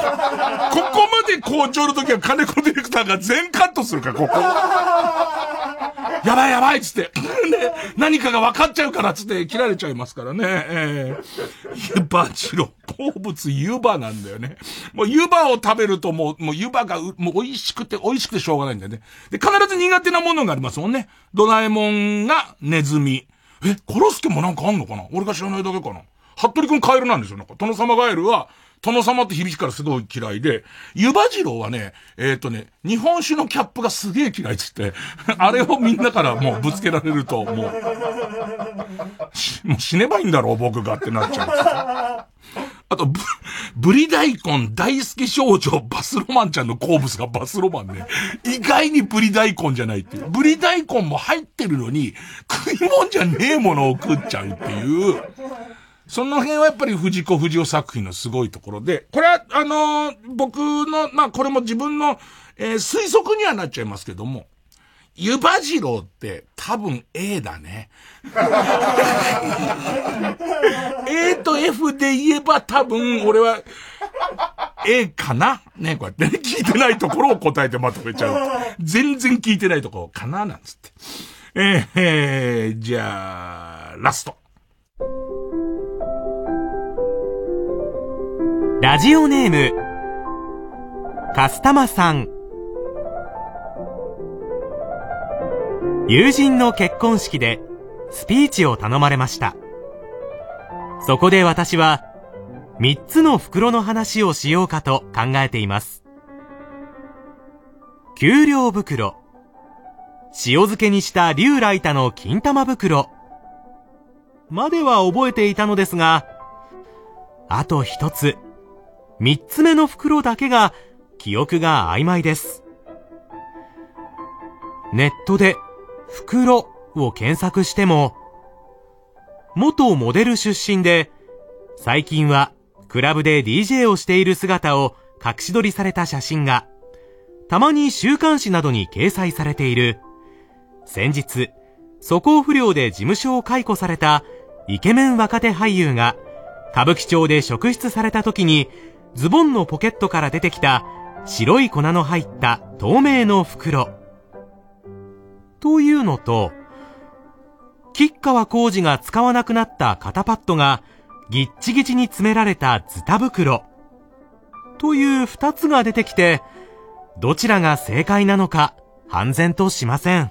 まで好調の時は金子ディレクターが全カットするから、ここ。 やばいやばいっつって、ね、何かが分かっちゃうからっつって切られちゃいますからね。えー、湯葉汁、好物湯葉なんだよね。もう湯葉を食べるともう、もう湯葉がもう美味しくて美味しくてしょうがないんだよね。で、必ず苦手なものがありますもんね。ドラえもんがネズミ。え、コロスケもなんかあんのかな？俺が知らないだけかな。服部くんカエルなんですよ。なんか、殿様ガエルは、殿様って響きからすごい嫌いで、湯葉次郎はね、えっとね、日本酒のキャップがすげえ嫌いっつって、あれをみんなからもうぶつけられると、もう、もう死ねばいいんだろう、僕がってなっちゃうんですよ。あと、ぶ、ブリ大根大好き少女バスロマンちゃんの好物がバスロマンね。意外にブリ大根じゃないっていう。ブリ大根も入ってるのに、食い物じゃねえものを食っちゃうっていう。その辺はやっぱり藤子不二雄作品のすごいところで、これは、あのー、僕の、まあ、これも自分の、えー、推測にはなっちゃいますけども、湯葉次郎って多分 A だね。A と F で言えば多分俺は A かなね、こうやってね、聞いてないところを答えてまとめちゃう。全然聞いてないところかななんつって。えー、えー、じゃあ、ラスト。 ラジオネームカスタマさん。友人の結婚式でスピーチを頼まれました。そこで私はみっつの袋の話をしようかと考えています。給料袋、塩漬けにした竜来太の金玉袋までは覚えていたのですが、あと一つ三つ目の袋だけが記憶が曖昧です。ネットで袋を検索しても、元モデル出身で、最近はクラブで ディージェー をしている姿を隠し撮りされた写真が、たまに週刊誌などに掲載されている、先日、素行不良で事務所を解雇されたイケメン若手俳優が、歌舞伎町で職質された時に、ズボンのポケットから出てきた白い粉の入った透明の袋。というのと、吉川晃司が使わなくなった肩パッドがぎっちぎちに詰められたズタ袋。という二つが出てきて、どちらが正解なのか判然としません。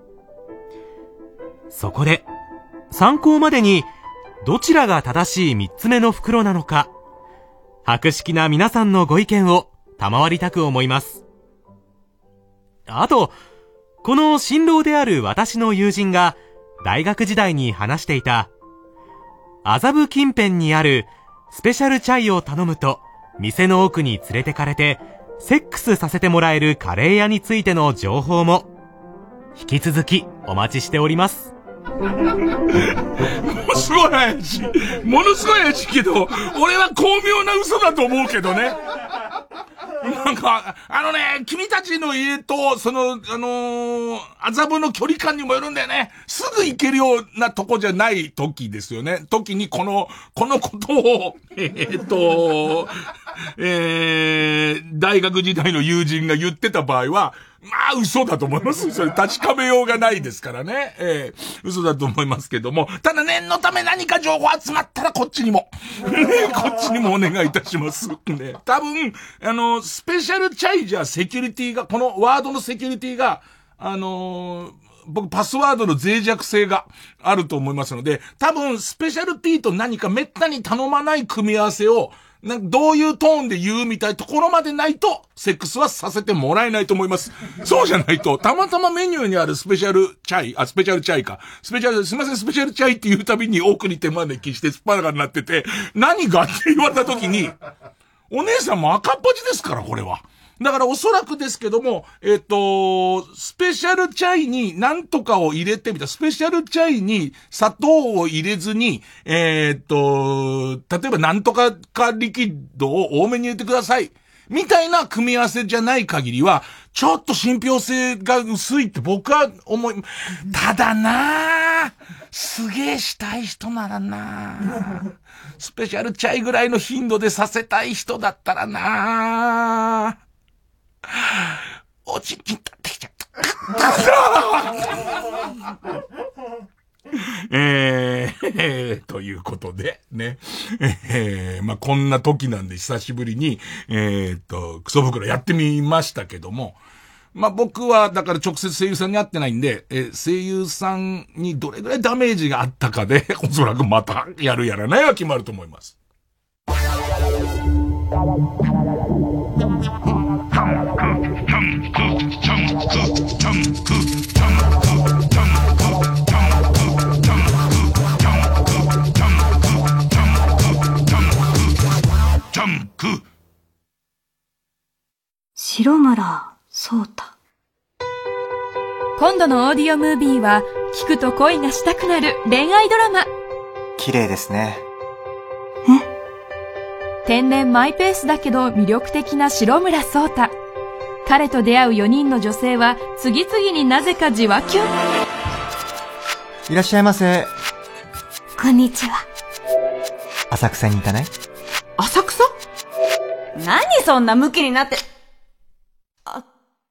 そこで、参考までにどちらが正しい三つ目の袋なのか、博識な皆さんのご意見を賜りたく思います。あと、この新郎である私の友人が大学時代に話していた、麻布近辺にあるスペシャルチャイを頼むと店の奥に連れてかれてセックスさせてもらえるカレー屋についての情報も引き続きお待ちしております。 ものすごい怪しい。ものすごい怪しいけど、俺は巧妙な嘘だと思うけどね。なんか、あのね、君たちの家と、その、あのー、麻布の距離感にもよるんだよね。すぐ行けるようなとこじゃない時ですよね。時にこの、このことを、えー、っと、えー、大学時代の友人が言ってた場合は、まあ嘘だと思います。それ確かめようがないですからね。えー、嘘だと思いますけども。ただ念のため何か情報集まったらこっちにも。こっちにもお願いいたします。ね、多分、あの、スペシャルチャイじゃセキュリティが、このワードのセキュリティが、あのー、僕パスワードの脆弱性があると思いますので、多分スペシャルティと何かめったに頼まない組み合わせを、なんかどういうトーンで言うみたいなところまでないと、セックスはさせてもらえないと思います。そうじゃないと、たまたまメニューにあるスペシャルチャイ、あ、スペシャルチャイか。スペシャル、すいません、スペシャルチャイって言うたびに奥に手招きしてスパナがになってて、何がって言われた時に、お姉さんも赤っ恥ですから、これは。だからおそらくですけども、えっと、スペシャルチャイに何とかを入れてみた。スペシャルチャイに砂糖を入れずに、えっと、例えば何とかかリキッドを多めに入れてください。みたいな組み合わせじゃない限りは、ちょっと信憑性が薄いって僕は思い、ただなぁ、すげえしたい人ならなぁ、スペシャルチャイぐらいの頻度でさせたい人だったらなぁ、おちんちん立ってきちゃった。 えー、えー、ということで、ね。えー、まあ、こんな時なんで久しぶりに、えーっと、クソ袋やってみましたけども、まあ、僕は、だから直接声優さんに会ってないんで、えー、声優さんにどれぐらいダメージがあったかで、おそらくまたやるやらないは決まると思います。 白村聡太。 今度のオーディオムービーは聞くと恋がしたくなる恋愛ドラマ。 綺麗ですね。 天然マイペースだけど魅力的な白村聡太。彼と出会うよにんの女性は次々になぜかじわきゅん。 いらっしゃいませ。 こんにちは。 浅草に行かない？ 浅草？何そんなムキになって。あ、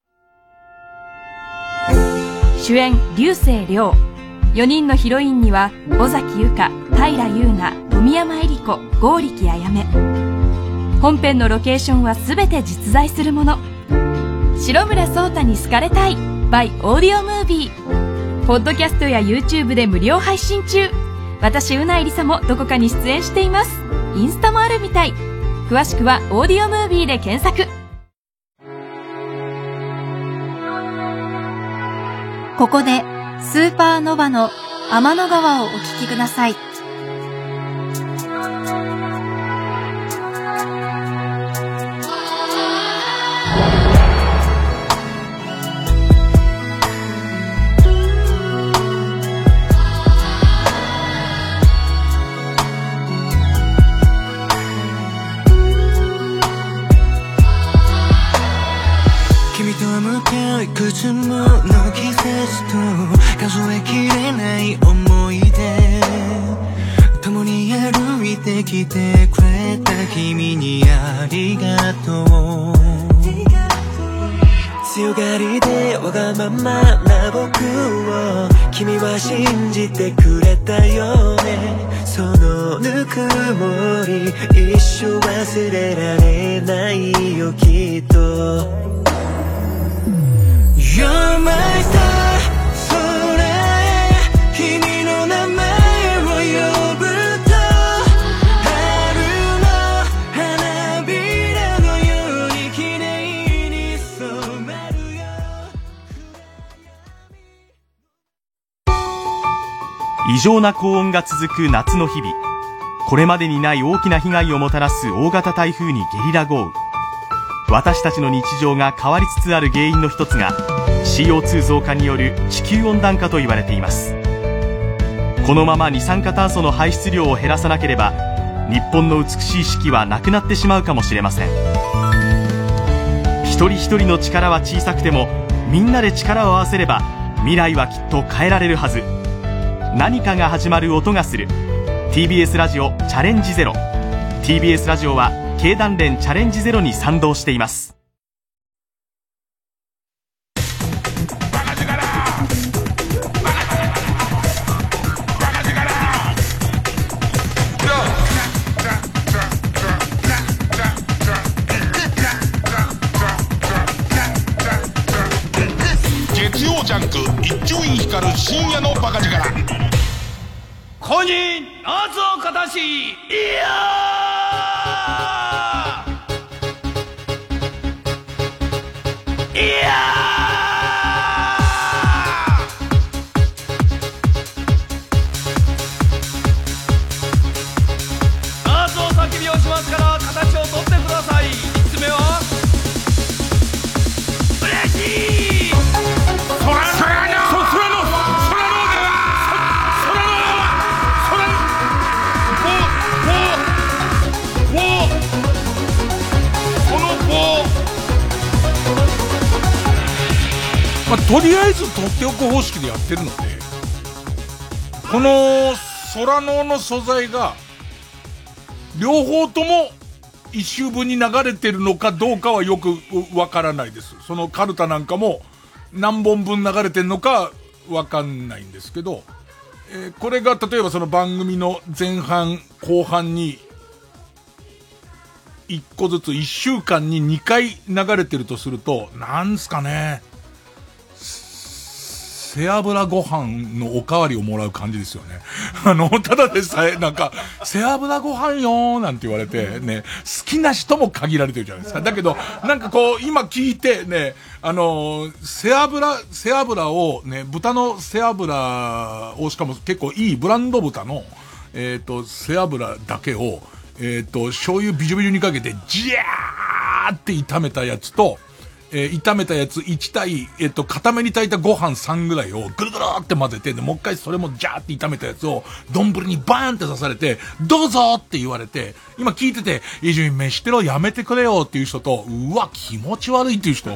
主演竜星涼。よにんのヒロインには尾崎由香、平優奈、富山恵里子、剛力彩芽。本編のロケーションはすべて実在するもの。白村聡太に好かれたい by オーディオムービー。ポッドキャストや YouTube で無料配信中。私うないりさもどこかに出演しています。インスタもあるみたい。詳しくはオーディオムービーで検索。 ここでスーパーノヴァの天の川をお聴きください。 君と向かういくつもの季節と数えきれない思い出、共に歩いてきてくれた君にありがとう。強がりでわがままな僕を君は信じてくれたよね。そのぬくもり一生忘れられないよきっと。You're my star 空へ君の名前を呼ぶと春の花びらのように綺麗に染まるよ。 異常な高温が続く夏の日々。これまでにない大きな被害をもたらす大型台風にゲリラ豪雨。私たちの日常が変わりつつある原因の一つが シーオーツー 増加による地球温暖化と言われています。このまま二酸化炭素の排出量を減らさなければ日本の美しい四季はなくなってしまうかもしれません。一人一人の力は小さくてもみんなで力を合わせれば未来はきっと変えられるはず。何かが始まる音がする ティービーエス ラジオチャレンジゼロ。 ティービーエス ラジオは経団連チャレンジゼロに賛同しています。 月曜ジャンク一丁院光る深夜のバカ力。 こに夏をかたしいやいや夏を叫びをしますから形を取ってください。みっつめは嬉しいソラノソラノソラノソラノソラノ棒棒棒この棒、 まあ、とりあえず取っておく方式でやってるので、このソラノの素材が両方とも一周分に流れてるのかどうかはよくわからないです。そのカルタなんかも何本分流れてんのかわかんないんですけど、えー、これが例えばその番組の前半後半にいっこずついっしゅうかんににかい流れてるとすると、なんすかね、背脂ご飯のおかわりをもらう感じですよね。あの、ただでさえ、なんか、背脂ご飯よーなんて言われて、ね、好きな人も限られてるじゃないですか。だけど、なんかこう、今聞いて、ね、あのー、背脂、背脂を、ね、豚の背脂を、しかも結構いいブランド豚の、えっと、背脂だけを、えっと、醤油ビジョビジョにかけて、ジャーって炒めたやつと、えー、炒めたやついち対、えっと、固めに炊いたご飯さんぐらいをぐるぐるって混ぜて、で、もう一回それもジャーって炒めたやつを、丼にバーンって刺されて、どうぞって言われて、今聞いてて、伊集院飯テロやめてくれよっていう人と、うわ、気持ち悪いっていう人。ね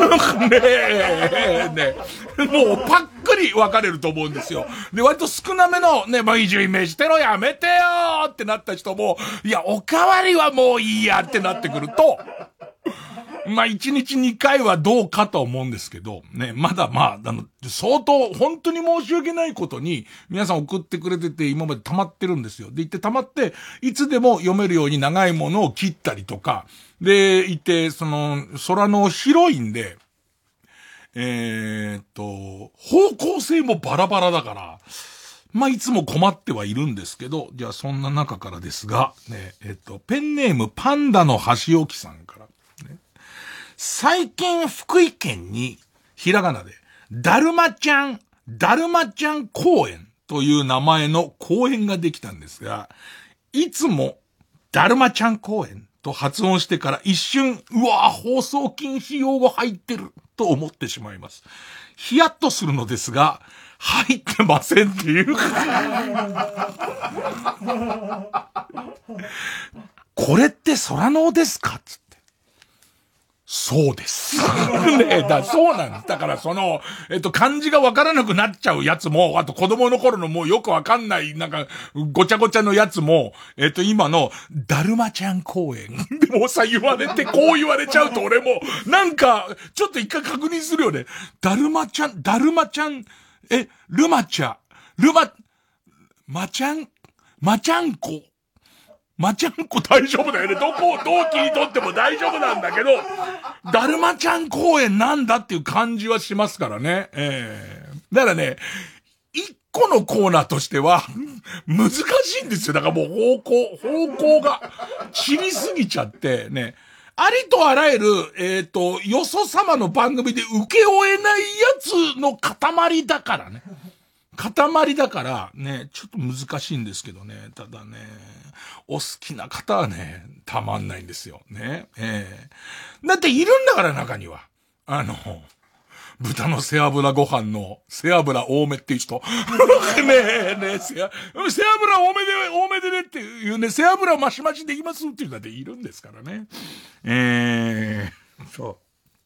え、ねえ、もうパックリ分かれると思うんですよ。で、割と少なめの、ね、まあ、伊集院飯テロやめてよーってなった人も、いや、おかわりはもういいやってなってくると、まあ、一日二回はどうかと思うんですけど、ね、まだまあ、あの、相当、本当に申し訳ないことに、皆さん送ってくれてて、今まで溜まってるんですよ。で、言って溜まって、いつでも読めるように長いものを切ったりとか、で、いて、その、空の広いんで、えーっと、方向性もバラバラだから、まあ、いつも困ってはいるんですけど、じゃあそんな中からですが、ね、えっと、ペンネームパンダの箸置きさんから、最近福井県にひらがなでだるまちゃん、だるまちゃん公園という名前の公園ができたんですが、いつもだるまちゃん公園と発音してから一瞬、うわぁ、放送禁止用語入ってると思ってしまいます。ヒヤッとするのですが、入ってませんっていう。これって空のですかつって。そうです。ねだ、そうなんです。だからその、えっと、漢字がわからなくなっちゃうやつも、あと子供の頃のもうよくわかんない、なんか、ごちゃごちゃのやつも、えっと、今の、だるまちゃん公園。でもさ、言われて、こう言われちゃうと俺も、なんか、ちょっと一回確認するよね。だるまちゃん、だるまちゃん、え、ルマちゃ、ルマ、まちゃん、まちゃんこ。まちゃんこ大丈夫だよね。どこをどう切り取っても大丈夫なんだけど、だるまちゃん公園なんだっていう感じはしますからね。ええー。だからね、一個のコーナーとしては、難しいんですよ。だからもう方向、方向が散りすぎちゃって、ね。ありとあらゆる、えっと、よそ様の番組で受け負えないやつの塊だからね。塊だから、ね、ちょっと難しいんですけどね。ただね、お好きな方はね、たまんないんですよ。ね。ええー。だっているんだから中には。あの、豚の背脂ご飯の背脂多めっていう人。ねえ、ねえ、背脂多めで、多めでねっていうね、背脂マシマシできますっていうのでいるんですからね。ええー、そう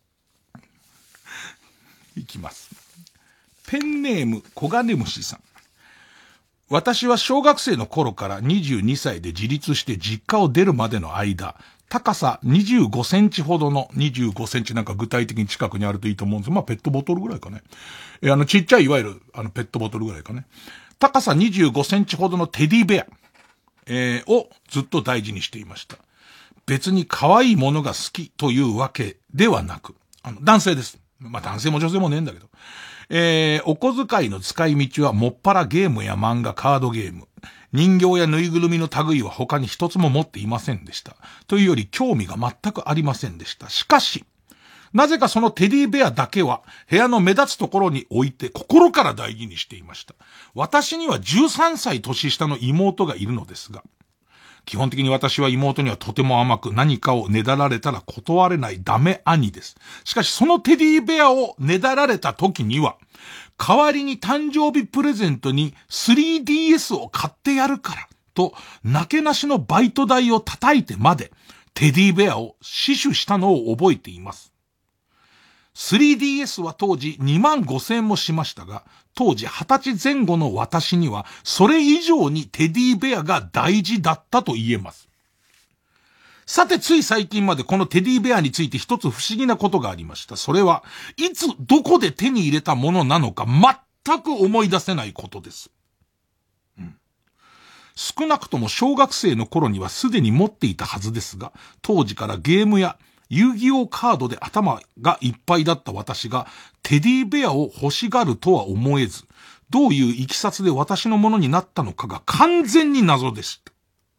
。いきます。ペンネーム、小金虫さん。私は小学生の頃からにじゅうにさいで自立して実家を出るまでの間、高さにじゅうごセンチほどの、にじゅうごセンチなんか具体的に近くにあるといいと思うんですよ。まあペットボトルぐらいかね。え、あのちっちゃいいわゆるあのペットボトルぐらいかね。高さにじゅうごセンチほどのテディベア、えー、をずっと大事にしていました。別に可愛いものが好きというわけではなく、あの男性です。まあ男性も女性もねえんだけど。えー、お小遣いの使い道はもっぱらゲームや漫画、カードゲーム。人形やぬいぐるみの類は他に一つも持っていませんでした。というより興味が全くありませんでした。しかし、なぜかそのテディベアだけは部屋の目立つところに置いて心から大事にしていました。私にはじゅうさんさい年下の妹がいるのですが、基本的に私は妹にはとても甘く何かをねだられたら断れないダメ兄です。しかしそのテディベアをねだられた時には、代わりに誕生日プレゼントに スリーディーエス を買ってやるからと、なけなしのバイト代を叩いてまでテディベアを死守したのを覚えています。スリーディーエス は当時にまんごせんえんもしましたが、当時はたちぜん後の私にはそれ以上にテディベアが大事だったと言えます。 さて、つい最近までこのテディベアについて一つ不思議なことがありました。それは、いつどこで手に入れたものなのか全く思い出せないことです。うん、少なくとも小学生の頃にはすでに持っていたはずですが、当時からゲームや遊戯王カードで頭がいっぱいだった私がテディベアを欲しがるとは思えず、どういういきさつで私のものになったのかが完全に謎でした。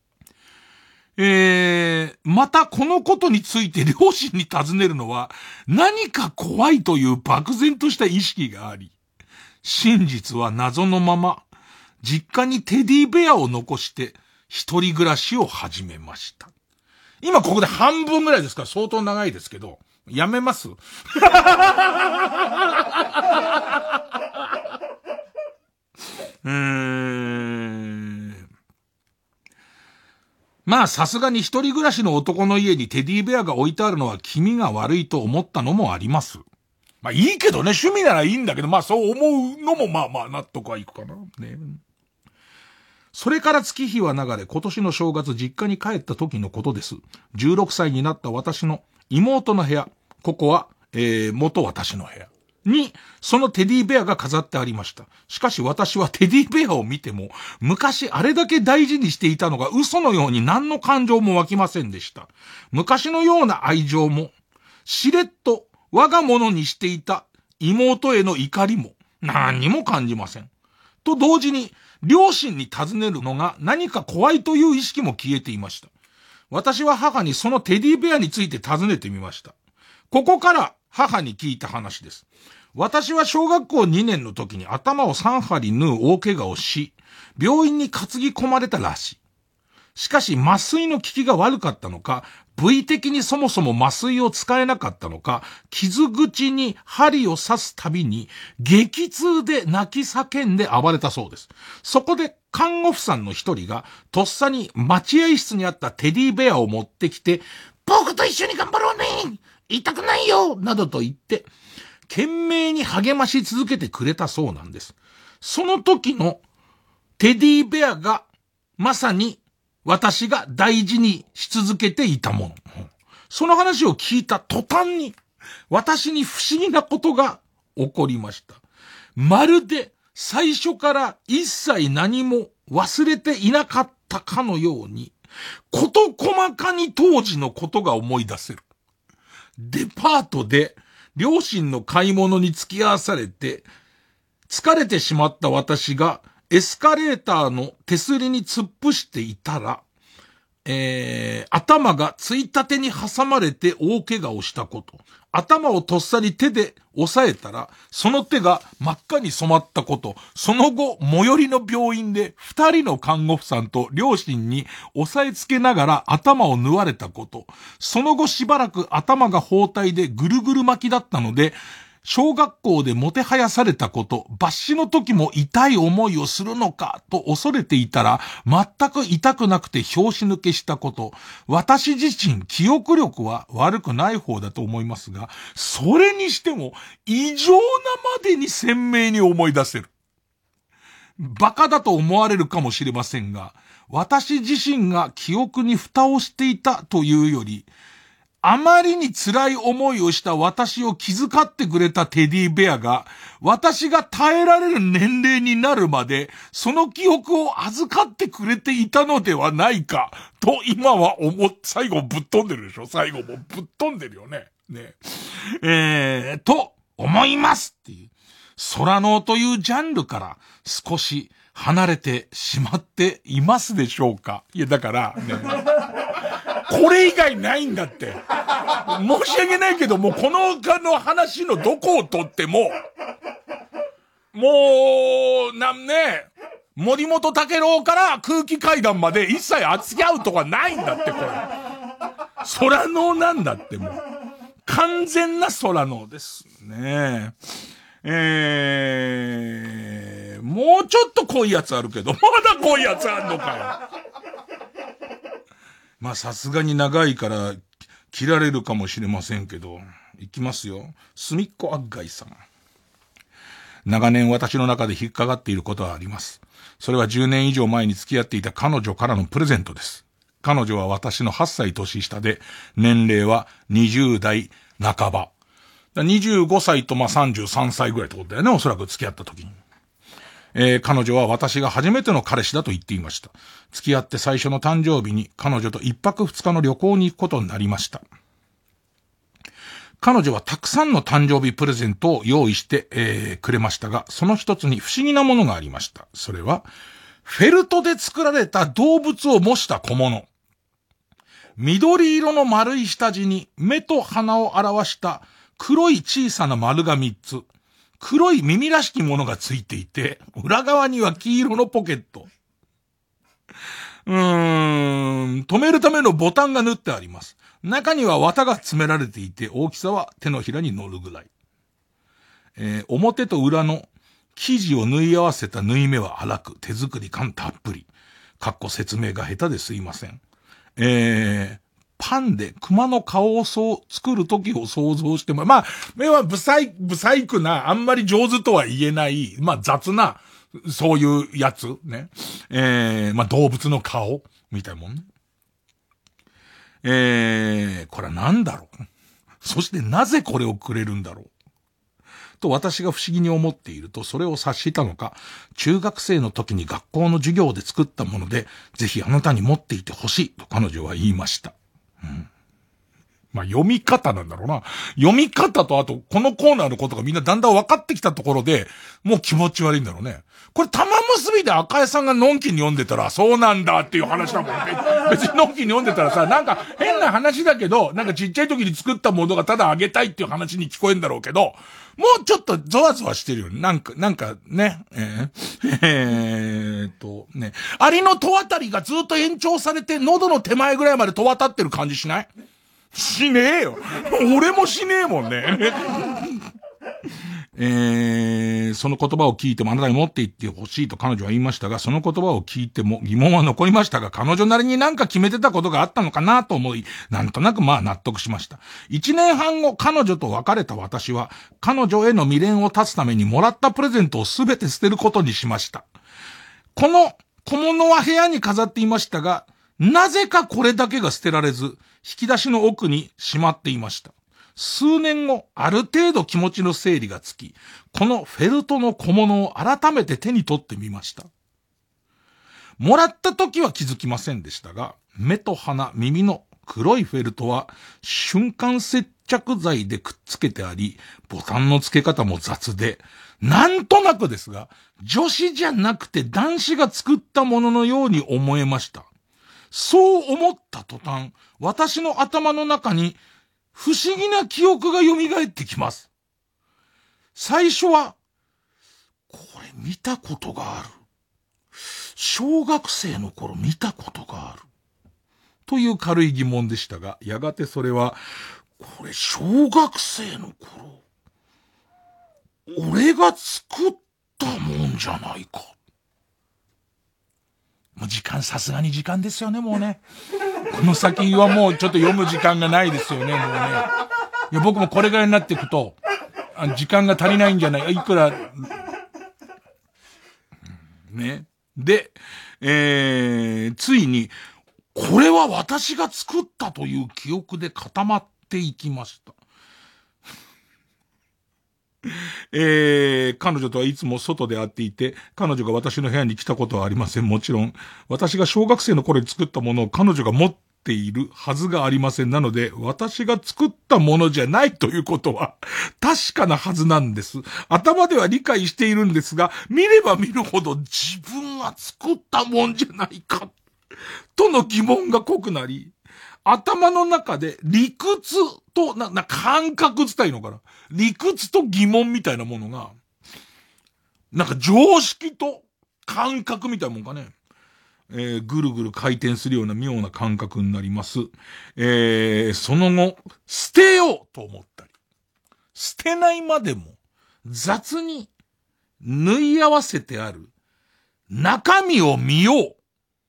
えー、またこのことについて両親に尋ねるのは何か怖いという漠然とした意識があり、真実は謎のまま実家にテディベアを残して一人暮らしを始めました。今ここで半分ぐらいですから相当長いですけど、やめますうーん。まあさすがに一人暮らしの男の家にテディベアが置いてあるのは気味が悪いと思ったのもあります。まあいいけどね、趣味ならいいんだけど、まあそう思うのもまあまあ納得はいくかな。ね。それから月日は流れ、今年の正月実家に帰った時のことです。じゅうろくさいになった私の妹の部屋、ここは、えー、元私の部屋に、そのテディベアが飾ってありました。しかし私はテディベアを見ても、昔あれだけ大事にしていたのが嘘のように何の感情も湧きませんでした。昔のような愛情も、しれっと我が物にしていた妹への怒りも、何にも感じません。と同時に、両親に尋ねるのが何か怖いという意識も消えていました。私は母にそのテディベアについて尋ねてみました。ここから母に聞いた話です。私は小学校にねんの時に頭をさん針縫う大怪我をし、病院に担ぎ込まれたらしい。しかし麻酔の効きが悪かったのか、部位的にそもそも麻酔を使えなかったのか、傷口に針を刺すたびに激痛で泣き叫んで暴れたそうです。そこで看護婦さんの一人がとっさに待合室にあったテディベアを持ってきて、僕と一緒に頑張ろうね、痛くないよなどと言って懸命に励まし続けてくれたそうなんです。その時のテディベアがまさに私が大事にし続けていたもの。その話を聞いた途端に、私に不思議なことが起こりました。まるで最初から一切何も忘れていなかったかのように、事細かに当時のことが思い出せる。デパートで両親の買い物に付き合わされて、疲れてしまった私が、エスカレーターの手すりに突っ伏していたら、えー、頭がついたてに挟まれて大怪我をしたこと。頭をとっさに手で押さえたら、その手が真っ赤に染まったこと。その後、最寄りの病院で二人の看護婦さんと両親に押さえつけながら頭を縫われたこと。その後しばらく頭が包帯でぐるぐる巻きだったので、小学校でもてはやされたこと、抜歯の時も痛い思いをするのかと恐れていたら、全く痛くなくて拍子抜けしたこと、私自身記憶力は悪くない方だと思いますが、それにしても異常なまでに鮮明に思い出せる。バカだと思われるかもしれませんが、私自身が記憶に蓋をしていたというより、あまりに辛い思いをした私を気遣ってくれたテディベアが、私が耐えられる年齢になるまで、その記憶を預かってくれていたのではないか、と今は思っ、最後ぶっ飛んでるでしょ最後もぶっ飛んでるよね。ね。えー、と思いますっていう。空能というジャンルから少し離れてしまっていますでしょうか。いや、だからね。これ以外ないんだって。申し訳ないけど、もうこのの話のどこをとっても、もう、なんね、森本武郎から空気階段まで一切扱うとかないんだって、これ。空能なんだって、もう。完全な空能ですね。えー、もうちょっと濃いやつあるけど、まだ濃いやつあんのかよ。まあさすがに長いから切られるかもしれませんけど、いきますよ。すみっこあっがいさん。長年私の中で引っかかっていることはあります。それはじゅうねん以上前に付き合っていた彼女からのプレゼントです。 彼女は私のはっさい年下で、年齢はにじゅう代半ば。にじゅうごさいとまあさんじゅうさんさいぐらいってことだよね、おそらく付き合った時に。えー、彼女は私が初めての彼氏だと言っていました。付き合って最初の誕生日に彼女と一泊二日の旅行に行くことになりました。彼女はたくさんの誕生日プレゼントを用意して、えー、くれましたが、その一つに不思議なものがありました。それは、フェルトで作られた動物を模した小物。緑色の丸い下地に目と鼻を表した黒い小さな丸がみっつ。黒い耳らしきものがついていて、裏側には黄色のポケット。うーん、止めるためのボタンが縫ってあります。中には綿が詰められていて、大きさは手のひらに乗るぐらい。えー、表と裏の生地を縫い合わせた縫い目は粗く、手作り感たっぷり。かっこ説明が下手ですいません。えー、パンで熊の顔をそう作る時を想像しても、まあ、目は不細、不細工な、あんまり上手とは言えない、まあ雑な、そういうやつ、ね。えー、まあ動物の顔、みたいなもんね。えー、これは何だろう。そしてなぜこれをくれるんだろう。と私が不思議に思っていると、それを察したのか、中学生の時に学校の授業で作ったもので、ぜひあなたに持っていてほしいと彼女は言いました。うん、まあ読み方なんだろうな。読み方とあと、このコーナーのことがみんなだんだん分かってきたところで、もう気持ち悪いんだろうね。これ玉結びで赤江さんがのんきに読んでたら、そうなんだっていう話だもんね。別にのんきに読んでたらさ、なんか変な話だけど、なんかちっちゃい時に作ったものがただあげたいっていう話に聞こえんだろうけど、もうちょっとゾワゾワしてるよね。なんか、なんかね、えー、えーっと、ね。アリの戸渡りがずっと延長されて、喉の手前ぐらいまで戸渡ってる感じしない？しねえよ。俺もしねえもんね。えー、その言葉を聞いてもあなたに持っていってほしいと彼女は言いましたが、その言葉を聞いても疑問は残りましたが、彼女なりになんか決めてたことがあったのかなと思い、なんとなくまあ納得しました。一年半後、彼女と別れた私は、彼女への未練を断つためにもらったプレゼントをすべて捨てることにしました。この小物は部屋に飾っていましたが、なぜかこれだけが捨てられず、引き出しの奥にしまっていました。数年後、ある程度気持ちの整理がつき、このフェルトの小物を改めて手に取ってみました。もらった時は気づきませんでしたが、目と鼻、耳の黒いフェルトは瞬間接着剤でくっつけてあり、ボタンの付け方も雑で、なんとなくですが、女子じゃなくて男子が作ったもののように思えました。そう思った途端、私の頭の中に不思議な記憶が蘇ってきます。最初は、これ見たことがある。小学生の頃見たことがある。という軽い疑問でしたが、やがてそれは、これ小学生の頃、俺が作ったもんじゃないか。もう時間、さすがに時間ですよね、もうね。この先はもうちょっと読む時間がないですよね、もうね。いや、僕もこれぐらいになっていくと、あ時間が足りないんじゃない、いくら、ね。で、えー、ついに、これは私が作ったという記憶で固まっていきました。えー、彼女とはいつも外で会っていて、彼女が私の部屋に来たことはありません。もちろん、私が小学生の頃に作ったものを彼女が持っているはずがありません。なので、私が作ったものじゃないということは、確かなはずなんです。頭では理解しているんですが、見れば見るほど自分が作ったもんじゃないか、との疑問が濃くなり、頭の中で理屈と、な、な、感覚つったらいいのかな。理屈と疑問みたいなものが、なんか常識と感覚みたいなもんかね。えー、ぐるぐる回転するような妙な感覚になります。えー、その後、捨てようと思ったり、捨てないまでも雑に縫い合わせてある中身を見よう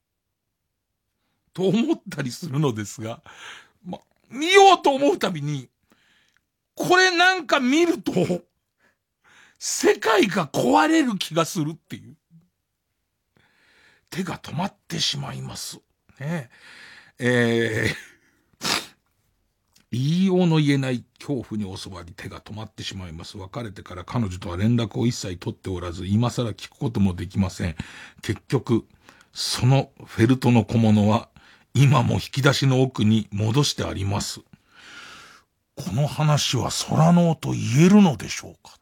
と思ったりするのですが、ま、見ようと思うたびに、これなんか見ると、世界が壊れる気がするっていう。手が止まってしまいます。ねえー、言いようの言えない恐怖に襲われ手が止まってしまいます。別れてから彼女とは連絡を一切取っておらず、今更聞くこともできません。結局、そのフェルトの小物は今も引き出しの奥に戻してあります。この話は空能と言えるのでしょうか。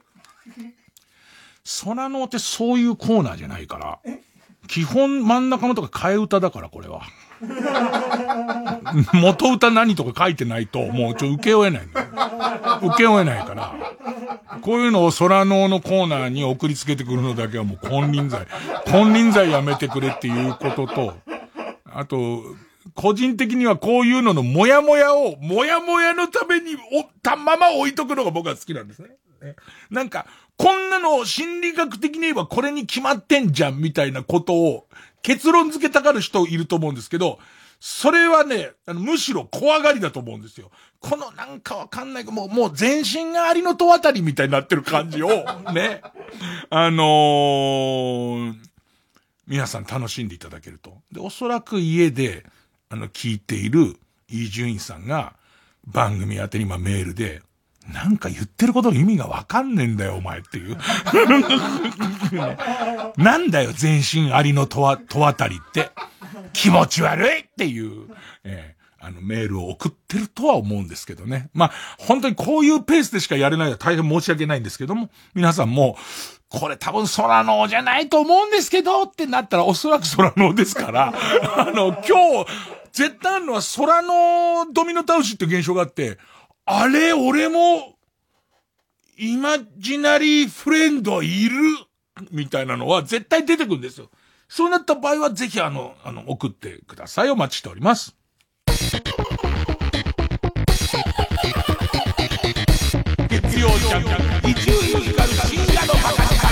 空能ってそういうコーナーじゃないから、基本真ん中のとか替え歌だから、これは。元歌何とか書いてないと、もうちょ、受け負えないんだよ。受け負えないから。こういうのを空能のコーナーに送りつけてくるのだけはもう金輪際。金輪際やめてくれっていうことと、あと、個人的にはこういうののモヤモヤを、モヤモヤのためにおったまま置いとくのが僕は好きなんですね。なんか、こんなの心理学的に言えばこれに決まってんじゃんみたいなことを結論付けたがる人いると思うんですけど、それはね、あのむしろ怖がりだと思うんですよ。このなんかわかんないけど、もう、もう全身がありの戸あたりみたいになってる感じを、ね、あのー、皆さん楽しんでいただけると。で、おそらく家で、あの、聞いているイ・ジュンイさんが番組宛てに今メールで、なんか言ってることの意味がわかんねえんだよ、お前っていう。なんだよ、全身ありの戸あたりって。気持ち悪いっていう、えー、あのメールを送ってるとは思うんですけどね。まあ、本当にこういうペースでしかやれないのは大変申し訳ないんですけども、皆さんも、これ多分空能じゃないと思うんですけどってなったらおそらく空能ですから、あの、今日、絶対あるのは空能ドミノ倒しって現象があって、あれ、俺も、イマジナリーフレンドいるみたいなのは絶対出てくるんですよ。そうなった場合はぜひあの、あの、送ってください。お待ちしております。月曜ジャンク、伊集院光深夜のバカ力。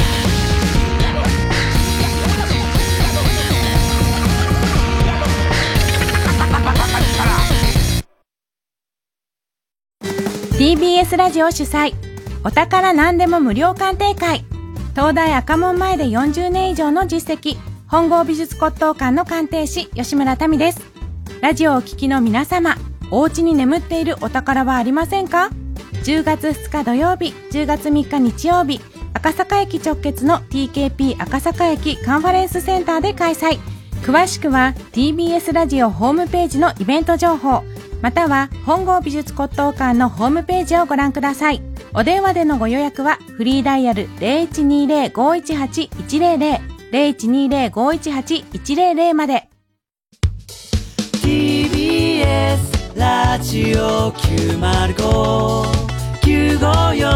ティービーエス ラジオ主催、お宝何でも無料鑑定会。東大赤門前でよんじゅうねん以上の実績、本郷美術骨董館の鑑定士、吉村民です。ラジオをお聞きの皆様、お家に眠っているお宝はありませんか？じゅうがつふつか土曜日、じゅうがつみっか日曜日、赤坂駅直結の ティーケーピー 赤坂駅カンファレンスセンターで開催。詳しくは ティービーエス ラジオホームページのイベント情報、または本郷美術骨董館のホームページをご覧ください。お電話でのご予約はフリーダイヤル ゼロいちにーゼロ ごーいちはち いちゼロゼロ ゼロいちにーゼロ ごーいちはち いちゼロゼロ まで。 ティービーエス ラジオきゅうまるご きゅうごよん。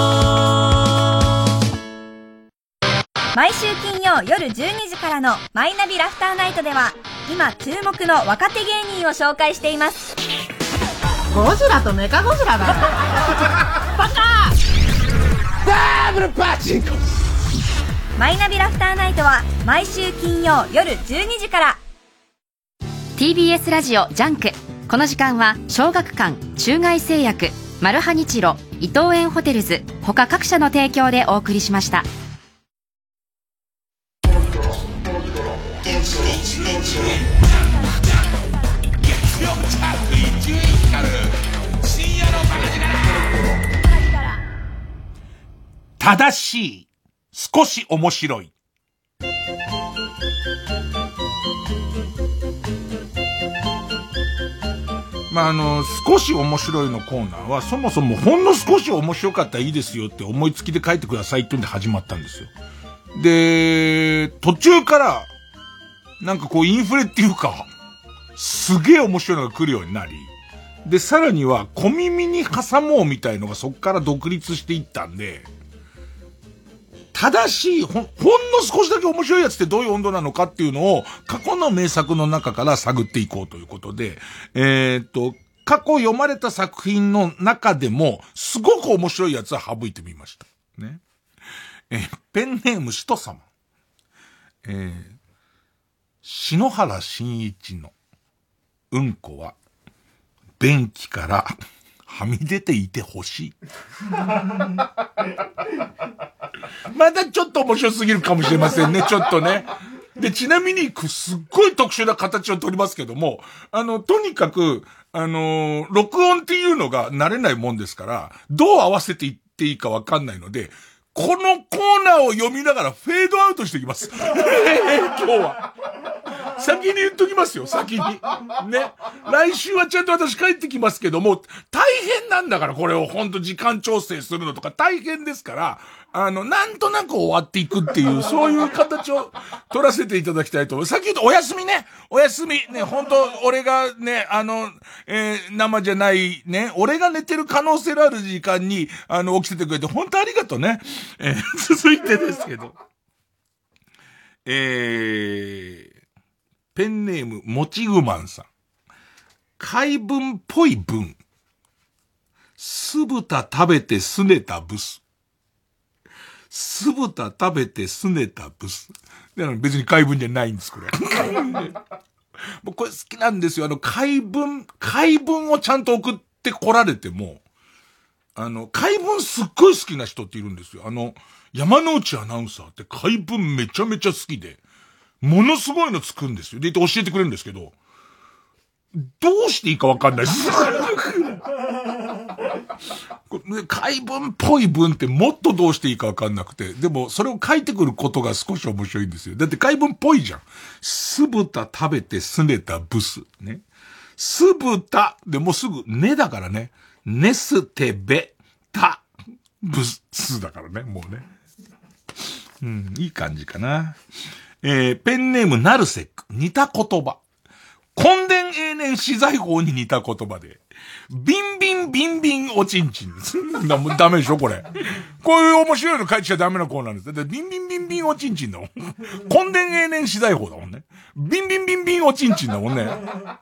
毎週金曜夜じゅうにじからのマイナビラフターナイトでは、今注目の若手芸人を紹介しています。 ゴジラとメカゴジラだよバカダブルパチンコ。 マイナビラフターナイトは毎週金曜夜じゅうにじから。 ティービーエス ラジオジャンク。この時間は小学館、中外製薬、マルハニチロ、伊東園ホテルズ他各社の提供でお送りしました。 正しい、少し面白い。まあ、あの、少し面白いのコーナーは、そもそもほんの少し面白かったらいいですよって思いつきで書いてくださいってんで始まったんですよ。で、途中から、なんかこうインフレっていうか、すげえ面白いのが来るようになり、で、さらには小耳に挟もうみたいのがそっから独立していったんで、正しい、ほん、ほんの少しだけ面白いやつってどういう温度なのかっていうのを過去の名作の中から探っていこうということで、えー、っと、過去読まれた作品の中でもすごく面白いやつは省いてみました。ね。えー、ペンネーム使徒様。えー、篠原慎一のうんこは便器からはみ出ていてほしい。まだちょっと面白すぎるかもしれませんね。ちょっとね。 で、ちなみに、すっごい特殊な形を取りますけども、あの、とにかく、あのー、録音っていうのが慣れないもんですから、どう合わせていっていいかわかんないので、このコーナーを読みながらフェードアウトしていきます。今日は。先に言っときますよ、先に。ね。来週はちゃんと私帰ってきますけども、大変なんだから、これをほんと時間調整するのとか大変ですから、あの、なんとなく終わっていくっていう、そういう形を取らせていただきたいと思う。さっき言うとお休みね。お休み。ね、本当俺がね、あの、えー、生じゃない、ね、俺が寝てる可能性のある時間に、あの、起きててくれて、本当ありがとうね。えー、続いてですけど。えー、ペンネーム、もちぐまんさん。怪文っぽい文。酢豚食べてすねたブス。酢豚食べてすねたブス。別に怪文じゃないんです、これ。僕これ好きなんですよ。あの、怪文、怪文をちゃんと送ってこられても、あの、怪文すっごい好きな人っているんですよ。あの、山之内アナウンサーって怪文めちゃめちゃ好きで、ものすごいのつくんですよ。で、教えてくれるんですけど、どうしていいかわかんないです。怪文っぽい文ってもっとどうしていいかわかんなくて、でもそれを書いてくることが少し面白いんですよ。だって怪文っぽいじゃん。酢豚食べてすねたブス。ね。酢豚でもうすぐねだからね。ねすてべたブスだからね、もうね。うん、いい感じかな。えー、ペンネームナルセック。似た言葉。根伝永年資材法に似た言葉で。ビンビンビンビンおちんちんです。ダメでしょこれ。こういう面白いの書いちゃダメなコーナーです。だってビンビンビンビンおちんちんだもん。根伝永年資材法だもんね。ビンビンビンビンおちんちんだもんね。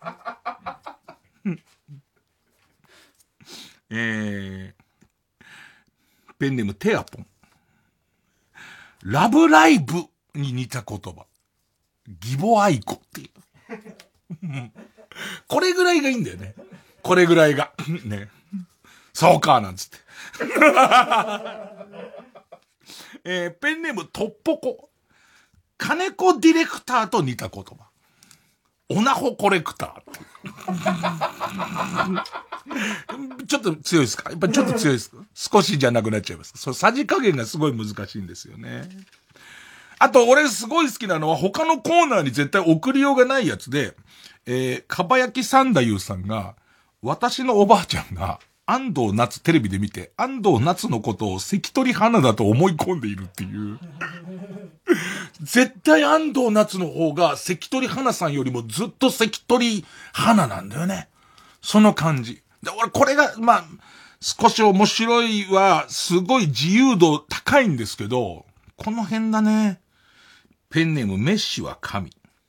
えー、ペンネームテアポン。ラブライブに似た言葉。ギボアイコっていう。これぐらいがいいんだよね。これぐらいが。ね。そうか、なんつって。えー、ペンネームトッポコ。金子ディレクターと似た言葉。オナホコレクター。ちょっと強いですか？やっぱりちょっと強いですか？少しじゃなくなっちゃいます。そう、さじ加減がすごい難しいんですよね。あと、俺すごい好きなのは他のコーナーに絶対送りようがないやつで、えー、かばやき三太夫さんが、私のおばあちゃんが安藤夏テレビで見て、安藤夏のことを関取花だと思い込んでいるっていう。絶対安藤夏の方が関取花さんよりもずっと関取花なんだよね。その感じ。で、俺これが、まあ、少し面白いは、すごい自由度高いんですけど、この辺だね。ペンネームメッシは神。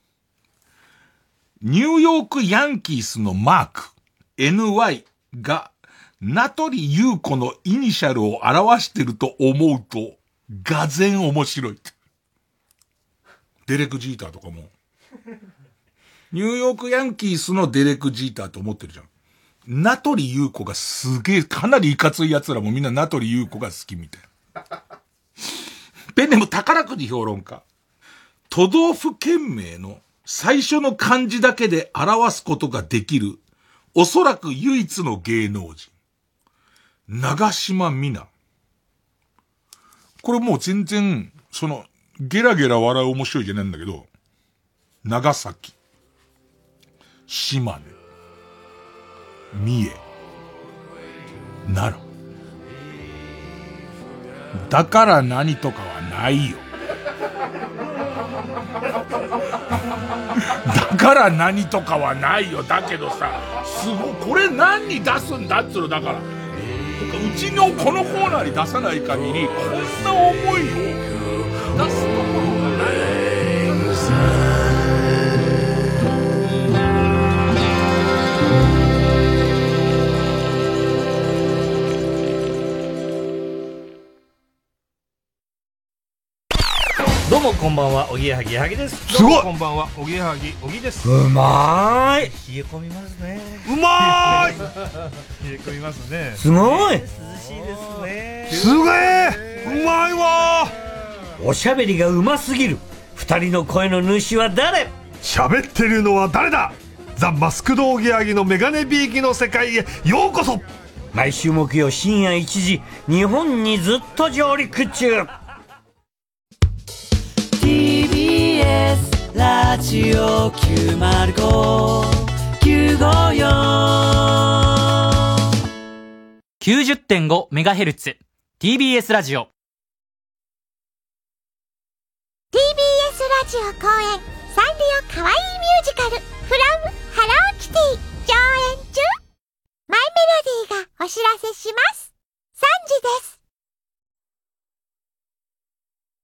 ニューヨークヤンキースのマーク、エヌワイ が、名取裕子のイニシャルを表してると思うと、がぜん面白い。デレク・ジーターとかも。ニューヨークヤンキースのデレク・ジーターと思ってるじゃん。名取裕子がすげえ、かなりいかつい奴らもみんな名取裕子が好きみたいな。ペンネーム宝くじ評論家。都道府県名の最初の漢字だけで表すことができる、おそらく唯一の芸能人。長島みな。これもう全然、その、ゲラゲラ笑う面白いじゃないんだけど、長崎、島根、三重、奈良。だから何とかはないよ。だから何とかはないよ。だけどさ、すごい、これ何に出すんだっつうの、だから。うちのこのコーナーに出さない限り、こんな思いを出すところがない。 どうもこんばんは、おぎやはぎやはぎです。 すごい。 どうもこんばんは、おぎやはぎおぎです。 うまーい。 冷え込みますね。 うまーい。 冷え込みますね。 すごい。 涼しいですね。 すげえ。うまいわー。おしゃべりがうますぎる。 二人の声の主は誰？ 喋ってるのは誰だ？ザ・マスクドおぎやはぎのメガネビーキの世界へようこそ。 毎週木曜深夜いちじ、日本にずっと上陸中。 ティービーエス ラジオ きゅうまるご きゅうごよんきゅうじゅってんごメガヘルツ ティービーエス ラジオティービーエス ラジオ公演サンリオかわいいミュージカルフロムハローキティ上演中。マイメロディーがお知らせします。さんじです。